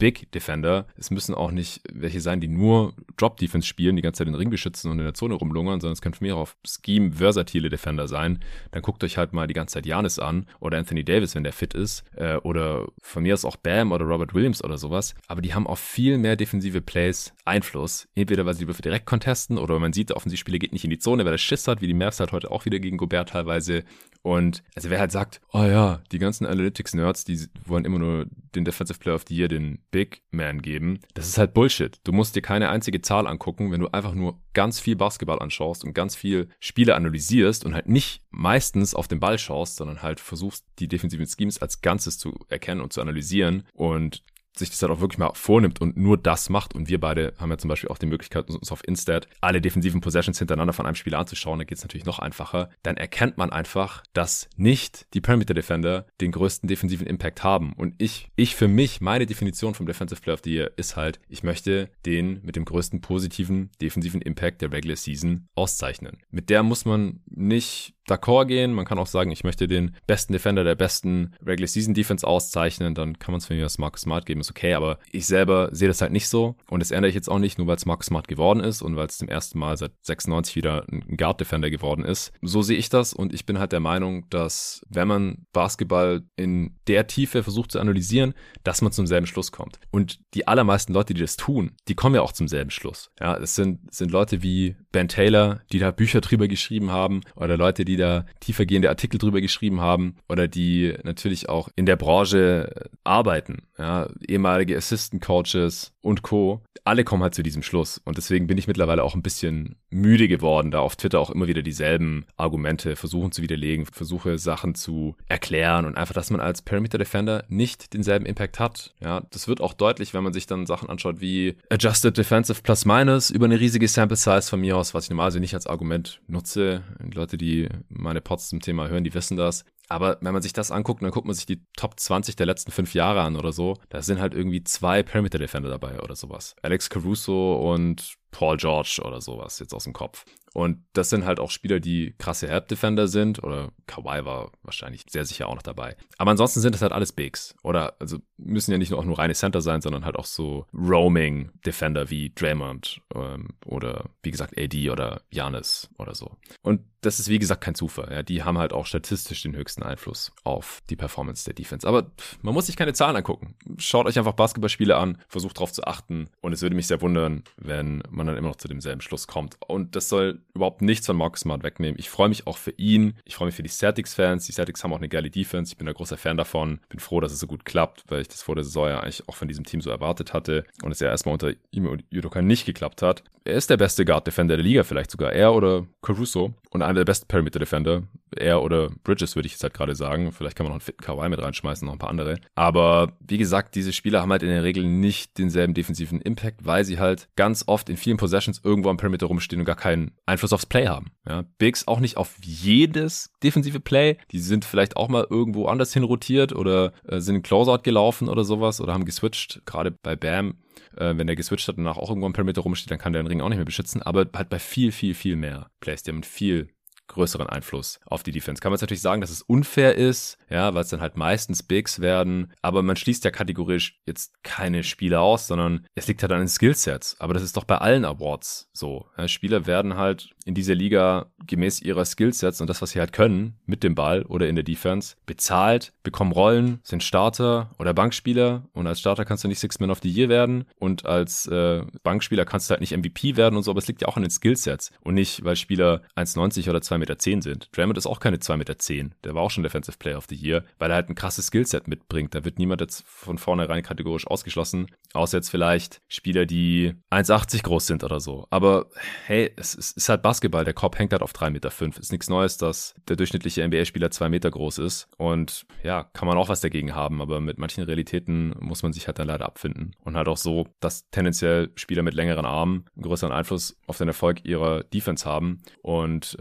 Big Defender. Es müssen auch nicht welche sein, die nur Drop-Defense spielen, die ganze Zeit den Ring beschützen und in der Zone rumlungern, sondern es können für mich auch Scheme-versatile Defender sein. Dann guckt euch halt mal die ganze Zeit Giannis an oder Anthony Davis, wenn der fit ist, äh, oder von mir aus auch Bam oder Robert Williams oder sowas. Aber die haben auf viel mehr defensive Plays Einfluss. Entweder, weil sie die Würfe direkt contesten oder man sieht, der Offensivspieler geht nicht in die Zone, weil er Schiss hat, wie die Mavs halt heute auch wieder gegen Gobert teilweise. Und also wer halt sagt, oh ja, die ganzen Analytics-Nerds, die wollen immer nur den Defensive Player of the Year, den Big Man geben, das ist halt Bullshit. Du musst dir keine einzige Zahl angucken, wenn du einfach nur ganz viel Basketball anschaust und ganz viel Spiele analysierst und halt nicht meistens auf den Ball schaust, sondern halt versuchst, die defensiven Schemes als Ganzes zu erkennen und zu analysieren und sich das halt auch wirklich mal vornimmt und nur das macht. Und wir beide haben ja zum Beispiel auch die Möglichkeit, uns auf Instat alle defensiven Possessions hintereinander von einem Spieler anzuschauen. Da geht es natürlich noch einfacher. Dann erkennt man einfach, dass nicht die Perimeter Defender den größten defensiven Impact haben. Und ich, ich für mich, meine Definition vom Defensive Player of the Year ist halt, ich möchte den mit dem größten positiven defensiven Impact der Regular Season auszeichnen. Mit der muss man nicht d'accord gehen. Man kann auch sagen, ich möchte den besten Defender der besten Regular Season Defense auszeichnen. Dann kann man es für mich als Marcus Smart geben, ist okay. Aber ich selber sehe das halt nicht so. Und das ändere ich jetzt auch nicht, nur weil es Marcus Smart geworden ist und weil es zum ersten Mal seit sechsundneunzig wieder ein Guard Defender geworden ist. So sehe ich das und ich bin halt der Meinung, dass wenn man Basketball in der Tiefe versucht zu analysieren, dass man zum selben Schluss kommt. Und die allermeisten Leute, die das tun, die kommen ja auch zum selben Schluss. Ja, es sind, sind Leute wie Ben Taylor, die da Bücher drüber geschrieben haben oder Leute, die da tiefergehende Artikel drüber geschrieben haben oder die natürlich auch in der Branche arbeiten, ja, ehemalige Assistant Coaches und Co. Alle kommen halt zu diesem Schluss und deswegen bin ich mittlerweile auch ein bisschen müde geworden, da auf Twitter auch immer wieder dieselben Argumente versuchen zu widerlegen, versuche Sachen zu erklären und einfach, dass man als Perimeter Defender nicht denselben Impact hat. Ja, das wird auch deutlich, wenn man sich dann Sachen anschaut wie Adjusted Defensive Plus Minus über eine riesige Sample Size von mir aus, was ich normalerweise nicht als Argument nutze. Die Leute, die meine Pods zum Thema hören, die wissen das. Aber wenn man sich das anguckt, dann guckt man sich die Top zwanzig der letzten fünf Jahre an oder so. Da sind halt irgendwie zwei Perimeter Defender dabei oder sowas. Alex Caruso und Paul George oder sowas jetzt aus dem Kopf. Und das sind halt auch Spieler, die krasse Help-Defender sind oder Kawhi war wahrscheinlich sehr sicher auch noch dabei. Aber ansonsten sind das halt alles Bigs. Oder also müssen ja nicht nur auch nur reine Center sein, sondern halt auch so Roaming-Defender wie Draymond ähm, oder wie gesagt A D oder Giannis oder so. Und das ist wie gesagt kein Zufall. Ja, die haben halt auch statistisch den höchsten Einfluss auf die Performance der Defense. Aber man muss sich keine Zahlen angucken. Schaut euch einfach Basketballspiele an, versucht drauf zu achten. Und es würde mich sehr wundern, wenn man dann immer noch zu demselben Schluss kommt. Und das soll überhaupt nichts von Marcus Smart wegnehmen. Ich freue mich auch für ihn. Ich freue mich für die Celtics-Fans. Die Celtics haben auch eine geile Defense. Ich bin ein großer Fan davon. Bin froh, dass es so gut klappt, weil ich das vor der Saison ja eigentlich auch von diesem Team so erwartet hatte und es ja erstmal unter ihm und Udoka nicht geklappt hat. Er ist der beste Guard-Defender der Liga, vielleicht sogar er oder Caruso und einer der besten Perimeter-Defender. Er oder Bridges, würde ich jetzt halt gerade sagen. Vielleicht kann man noch einen fitten Kawhi mit reinschmeißen, noch ein paar andere. Aber wie gesagt, diese Spieler haben halt in der Regel nicht denselben defensiven Impact, weil sie halt ganz oft in vielen Possessions irgendwo am Perimeter rumstehen und gar keinen Einfluss aufs Play haben. Ja, Bigs auch nicht auf jedes defensive Play. Die sind vielleicht auch mal irgendwo anders hin rotiert oder äh, sind in Closeout gelaufen oder sowas oder haben geswitcht. Gerade bei Bam, äh, wenn der geswitcht hat und danach auch irgendwo am Perimeter rumsteht, dann kann der den Ring auch nicht mehr beschützen. Aber halt bei viel, viel, viel mehr Plays, die haben viel größeren Einfluss auf die Defense. Kann man jetzt natürlich sagen, dass es unfair ist, ja, weil es dann halt meistens Bigs werden, aber man schließt ja kategorisch jetzt keine Spieler aus, sondern es liegt halt an den Skillsets. Aber das ist doch bei allen Awards so. Ja, Spieler werden halt in dieser Liga gemäß ihrer Skillsets und das, was sie halt können, mit dem Ball oder in der Defense, bezahlt, bekommen Rollen, sind Starter oder Bankspieler und als Starter kannst du nicht Six Man of the Year werden und als äh, Bankspieler kannst du halt nicht M V P werden und so, aber es liegt ja auch an den Skillsets und nicht, weil Spieler eins neunzig oder zwei Meter zehn sind. Draymond ist auch keine zwei Meter zehn. Der war auch schon Defensive Player of the Year, weil er halt ein krasses Skillset mitbringt. Da wird niemand jetzt von vornherein kategorisch ausgeschlossen, außer jetzt vielleicht Spieler, die eins achtzig groß sind oder so. Aber hey, es ist halt Basketball. Der Korb hängt halt auf drei Meter fünf. Ist nichts Neues, dass der durchschnittliche N B A-Spieler zwei Meter groß ist. Und ja, kann man auch was dagegen haben, aber mit manchen Realitäten muss man sich halt dann leider abfinden. Und halt auch so, dass tendenziell Spieler mit längeren Armen einen größeren Einfluss auf den Erfolg ihrer Defense haben und äh, dann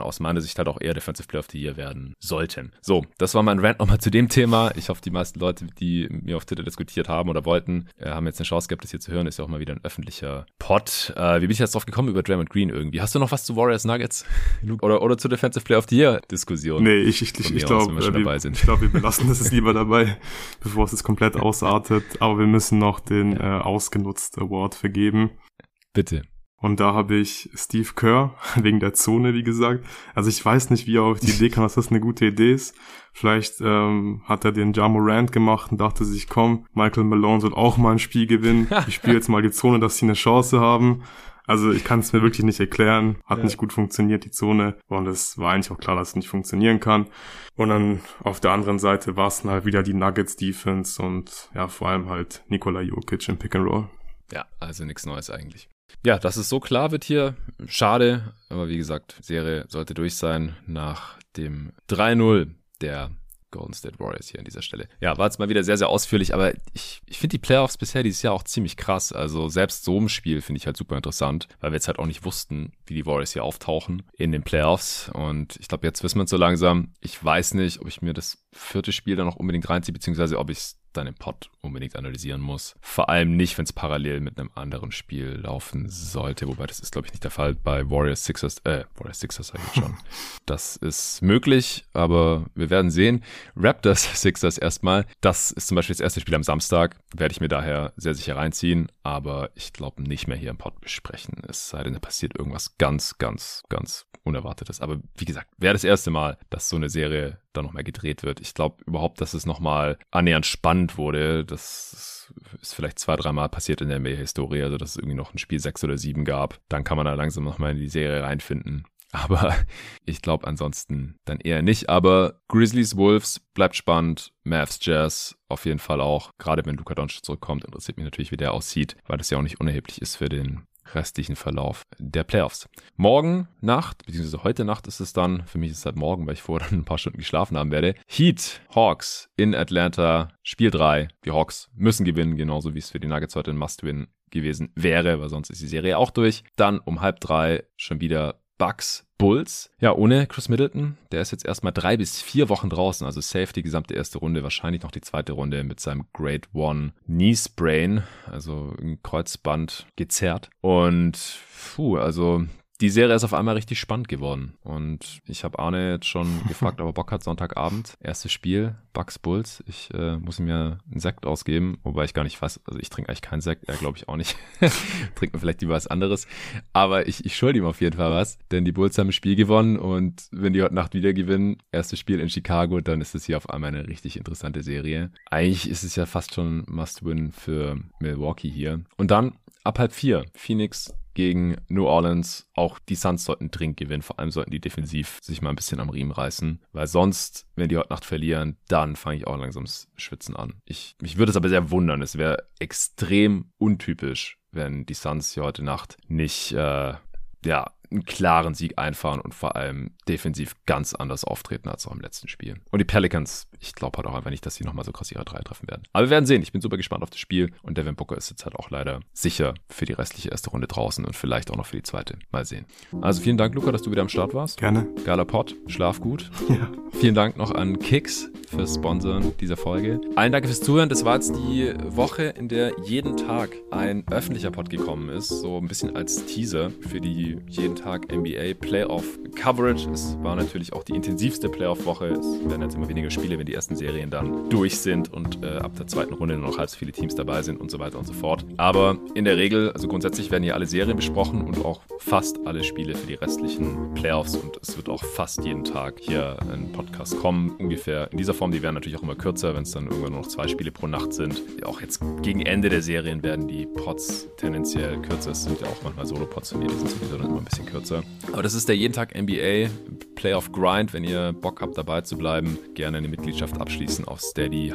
aus meiner Sicht halt auch eher Defensive Player of the Year werden sollten. So, das war mein Rant nochmal zu dem Thema. Ich hoffe, die meisten Leute, die mit mir auf Twitter diskutiert haben oder wollten, haben jetzt eine Chance gehabt, das hier zu hören. Ist ja auch mal wieder ein öffentlicher Pod. Äh, wie bin ich jetzt drauf gekommen über Draymond Green irgendwie? Hast du noch was zu Warriors Nuggets? oder, oder zur Defensive Player of the Year Diskussion? Nee, ich, ich, ich, ich glaube, wir, wir, glaub, wir belassen das jetzt lieber dabei, bevor es jetzt komplett ausartet. Aber wir müssen noch den ja. äh, Ausgenutzt Award vergeben. Bitte. Und da habe ich Steve Kerr, wegen der Zone, wie gesagt. Also ich weiß nicht, wie er auf die Idee kam, dass das eine gute Idee ist. Vielleicht ähm, hat er den Ja Morant gemacht und dachte sich, komm, Michael Malone soll auch mal ein Spiel gewinnen. Ich spiele jetzt mal die Zone, dass sie eine Chance haben. Also ich kann es mir wirklich nicht erklären. Hat ja. nicht gut funktioniert, die Zone. Und es war eigentlich auch klar, dass es nicht funktionieren kann. Und dann auf der anderen Seite war es dann halt wieder die Nuggets-Defense und ja, vor allem halt Nikola Jokic im Pick and Roll. Ja, also nichts Neues eigentlich. Ja, dass es so klar wird hier, schade, aber wie gesagt, Serie sollte durch sein nach dem drei null der Golden State Warriors hier an dieser Stelle. Ja, war jetzt mal wieder sehr, sehr ausführlich, aber ich, ich finde die Playoffs bisher dieses Jahr auch ziemlich krass. Also selbst so ein Spiel finde ich halt super interessant, weil wir jetzt halt auch nicht wussten, wie die Warriors hier auftauchen in den Playoffs. Und ich glaube, jetzt wissen wir es so langsam. Ich weiß nicht, ob ich mir das vierte Spiel dann noch unbedingt reinziehe, beziehungsweise ob ich es dann im Pod unbedingt analysieren muss. Vor allem nicht, wenn es parallel mit einem anderen Spiel laufen sollte, wobei das ist, glaube ich, nicht der Fall bei Warriors Sixers, äh, Warriors Sixers sage ich schon. Das ist möglich, aber wir werden sehen. Raptors Sixers erstmal, das ist zum Beispiel das erste Spiel am Samstag, werde ich mir daher sehr sicher reinziehen, aber ich glaube nicht mehr hier im Pod besprechen, es sei denn, da passiert irgendwas ganz, ganz, ganz Unerwartetes. Aber wie gesagt, wäre das erste Mal, dass so eine Serie dann nochmal gedreht wird. Ich glaube überhaupt, dass es nochmal annähernd spannend wurde. Das ist vielleicht zwei, dreimal passiert in der N B A-Historie, also dass es irgendwie noch ein Spiel sechs oder sieben gab. Dann kann man da langsam nochmal in die Serie reinfinden. Aber ich glaube ansonsten dann eher nicht. Aber Grizzlies, Wolves bleibt spannend. Mavs, Jazz auf jeden Fall auch. Gerade wenn Luka Doncic zurückkommt, interessiert mich natürlich, wie der aussieht, weil das ja auch nicht unerheblich ist für den restlichen Verlauf der Playoffs. Morgen Nacht, beziehungsweise heute Nacht ist es dann, für mich ist es halt morgen, weil ich vorher dann ein paar Stunden geschlafen haben werde, Heat, Hawks in Atlanta, Spiel drei. Die Hawks müssen gewinnen, genauso wie es für die Nuggets heute ein Must-Win gewesen wäre, weil sonst ist die Serie auch durch. Dann um halb drei schon wieder Bucks, Bulls. Ja, ohne Chris Middleton. Der ist jetzt erstmal drei bis vier Wochen draußen, also safe die gesamte erste Runde, wahrscheinlich noch die zweite Runde mit seinem Grade One Knee Sprain, also ein Kreuzband gezerrt. Und puh, also die Serie ist auf einmal richtig spannend geworden. Und ich habe Arne jetzt schon gefragt, ob er Bock hat, Sonntagabend. Erstes Spiel, Bucks Bulls. Ich äh, muss mir einen Sekt ausgeben, wobei ich gar nicht weiß, also ich trinke eigentlich keinen Sekt, er glaube ich auch nicht. Trinkt man vielleicht lieber was anderes. Aber ich, ich schulde ihm auf jeden Fall was, denn die Bulls haben ein Spiel gewonnen und wenn die heute Nacht wieder gewinnen, erstes Spiel in Chicago, dann ist es hier auf einmal eine richtig interessante Serie. Eigentlich ist es ja fast schon Must-Win für Milwaukee hier. Und dann ab halb vier, Phoenix gegen New Orleans. Auch die Suns sollten dringend gewinnen. Vor allem sollten die defensiv sich mal ein bisschen am Riemen reißen. Weil sonst, wenn die heute Nacht verlieren, dann fange ich auch langsam das Schwitzen an. Ich, mich würde es aber sehr wundern. Es wäre extrem untypisch, wenn die Suns hier heute Nacht nicht, äh, ja, einen klaren Sieg einfahren und vor allem defensiv ganz anders auftreten als auch im letzten Spiel. Und die Pelicans, ich glaube halt auch einfach nicht, dass sie nochmal so krass ihre Dreier treffen werden. Aber wir werden sehen. Ich bin super gespannt auf das Spiel und Devin Booker ist jetzt halt auch leider sicher für die restliche erste Runde draußen und vielleicht auch noch für die zweite. Mal sehen. Also vielen Dank, Luca, dass du wieder am Start warst. Gerne. Geiler Pod. Schlaf gut. Ja. Vielen Dank noch an Kicks fürs Sponsoren dieser Folge. Allen Dank fürs Zuhören. Das war jetzt die Woche, in der jeden Tag ein öffentlicher Pod gekommen ist. So ein bisschen als Teaser für die jeden Tag N B A Playoff Coverage. Es war natürlich auch die intensivste Playoff-Woche. Es werden jetzt immer weniger Spiele, wenn die ersten Serien dann durch sind und äh, ab der zweiten Runde nur noch halb so viele Teams dabei sind und so weiter und so fort. Aber in der Regel, also grundsätzlich werden hier alle Serien besprochen und auch fast alle Spiele für die restlichen Playoffs und es wird auch fast jeden Tag hier ein Podcast kommen, ungefähr in dieser Form. Die werden natürlich auch immer kürzer, wenn es dann irgendwann nur noch zwei Spiele pro Nacht sind. Auch jetzt gegen Ende der Serien werden die Pods tendenziell kürzer. Es sind ja auch manchmal Solo-Pods von mir, die sind sowieso dann immer ein bisschen kürzer. Aber das ist der jeden Tag N B A Playoff Grind. Wenn ihr Bock habt, dabei zu bleiben, gerne eine Mitgliedschaft abschließen auf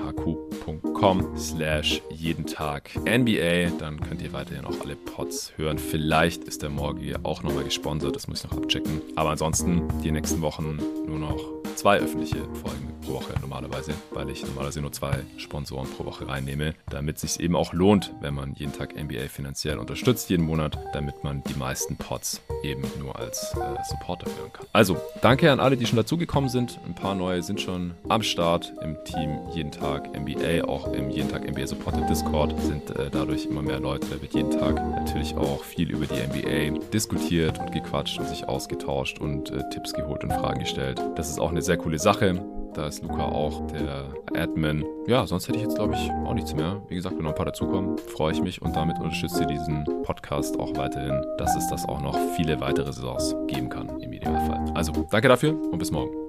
steadyhq.com slash jeden Tag N B A. Dann könnt ihr weiterhin auch alle Pods hören. Vielleicht ist der morgige auch nochmal gesponsert. Das muss ich noch abchecken. Aber ansonsten die nächsten Wochen nur noch zwei öffentliche Folgen pro Woche normalerweise, weil ich normalerweise nur zwei Sponsoren pro Woche reinnehme, damit es sich eben auch lohnt, wenn man jeden Tag N B A finanziell unterstützt, jeden Monat, damit man die meisten Pods eben nur als äh, Supporter führen kann. Also, danke an alle, die schon dazugekommen sind. Ein paar neue sind schon am Start im Team Jeden Tag N B A, auch im Jeden Tag N B A Supporter Discord sind äh, dadurch immer mehr Leute. Da wird jeden Tag natürlich auch viel über die N B A diskutiert und gequatscht und sich ausgetauscht und äh, Tipps geholt und Fragen gestellt. Das ist auch eine sehr coole Sache. Da ist Luca auch der Admin. Ja, sonst hätte ich jetzt, glaube ich, auch nichts mehr. Wie gesagt, wenn noch ein paar dazukommen, freue ich mich und damit unterstütze ich diesen Podcast auch weiterhin, dass es das auch noch viele weitere Saisons geben kann im Idealfall. Also, danke dafür und bis morgen.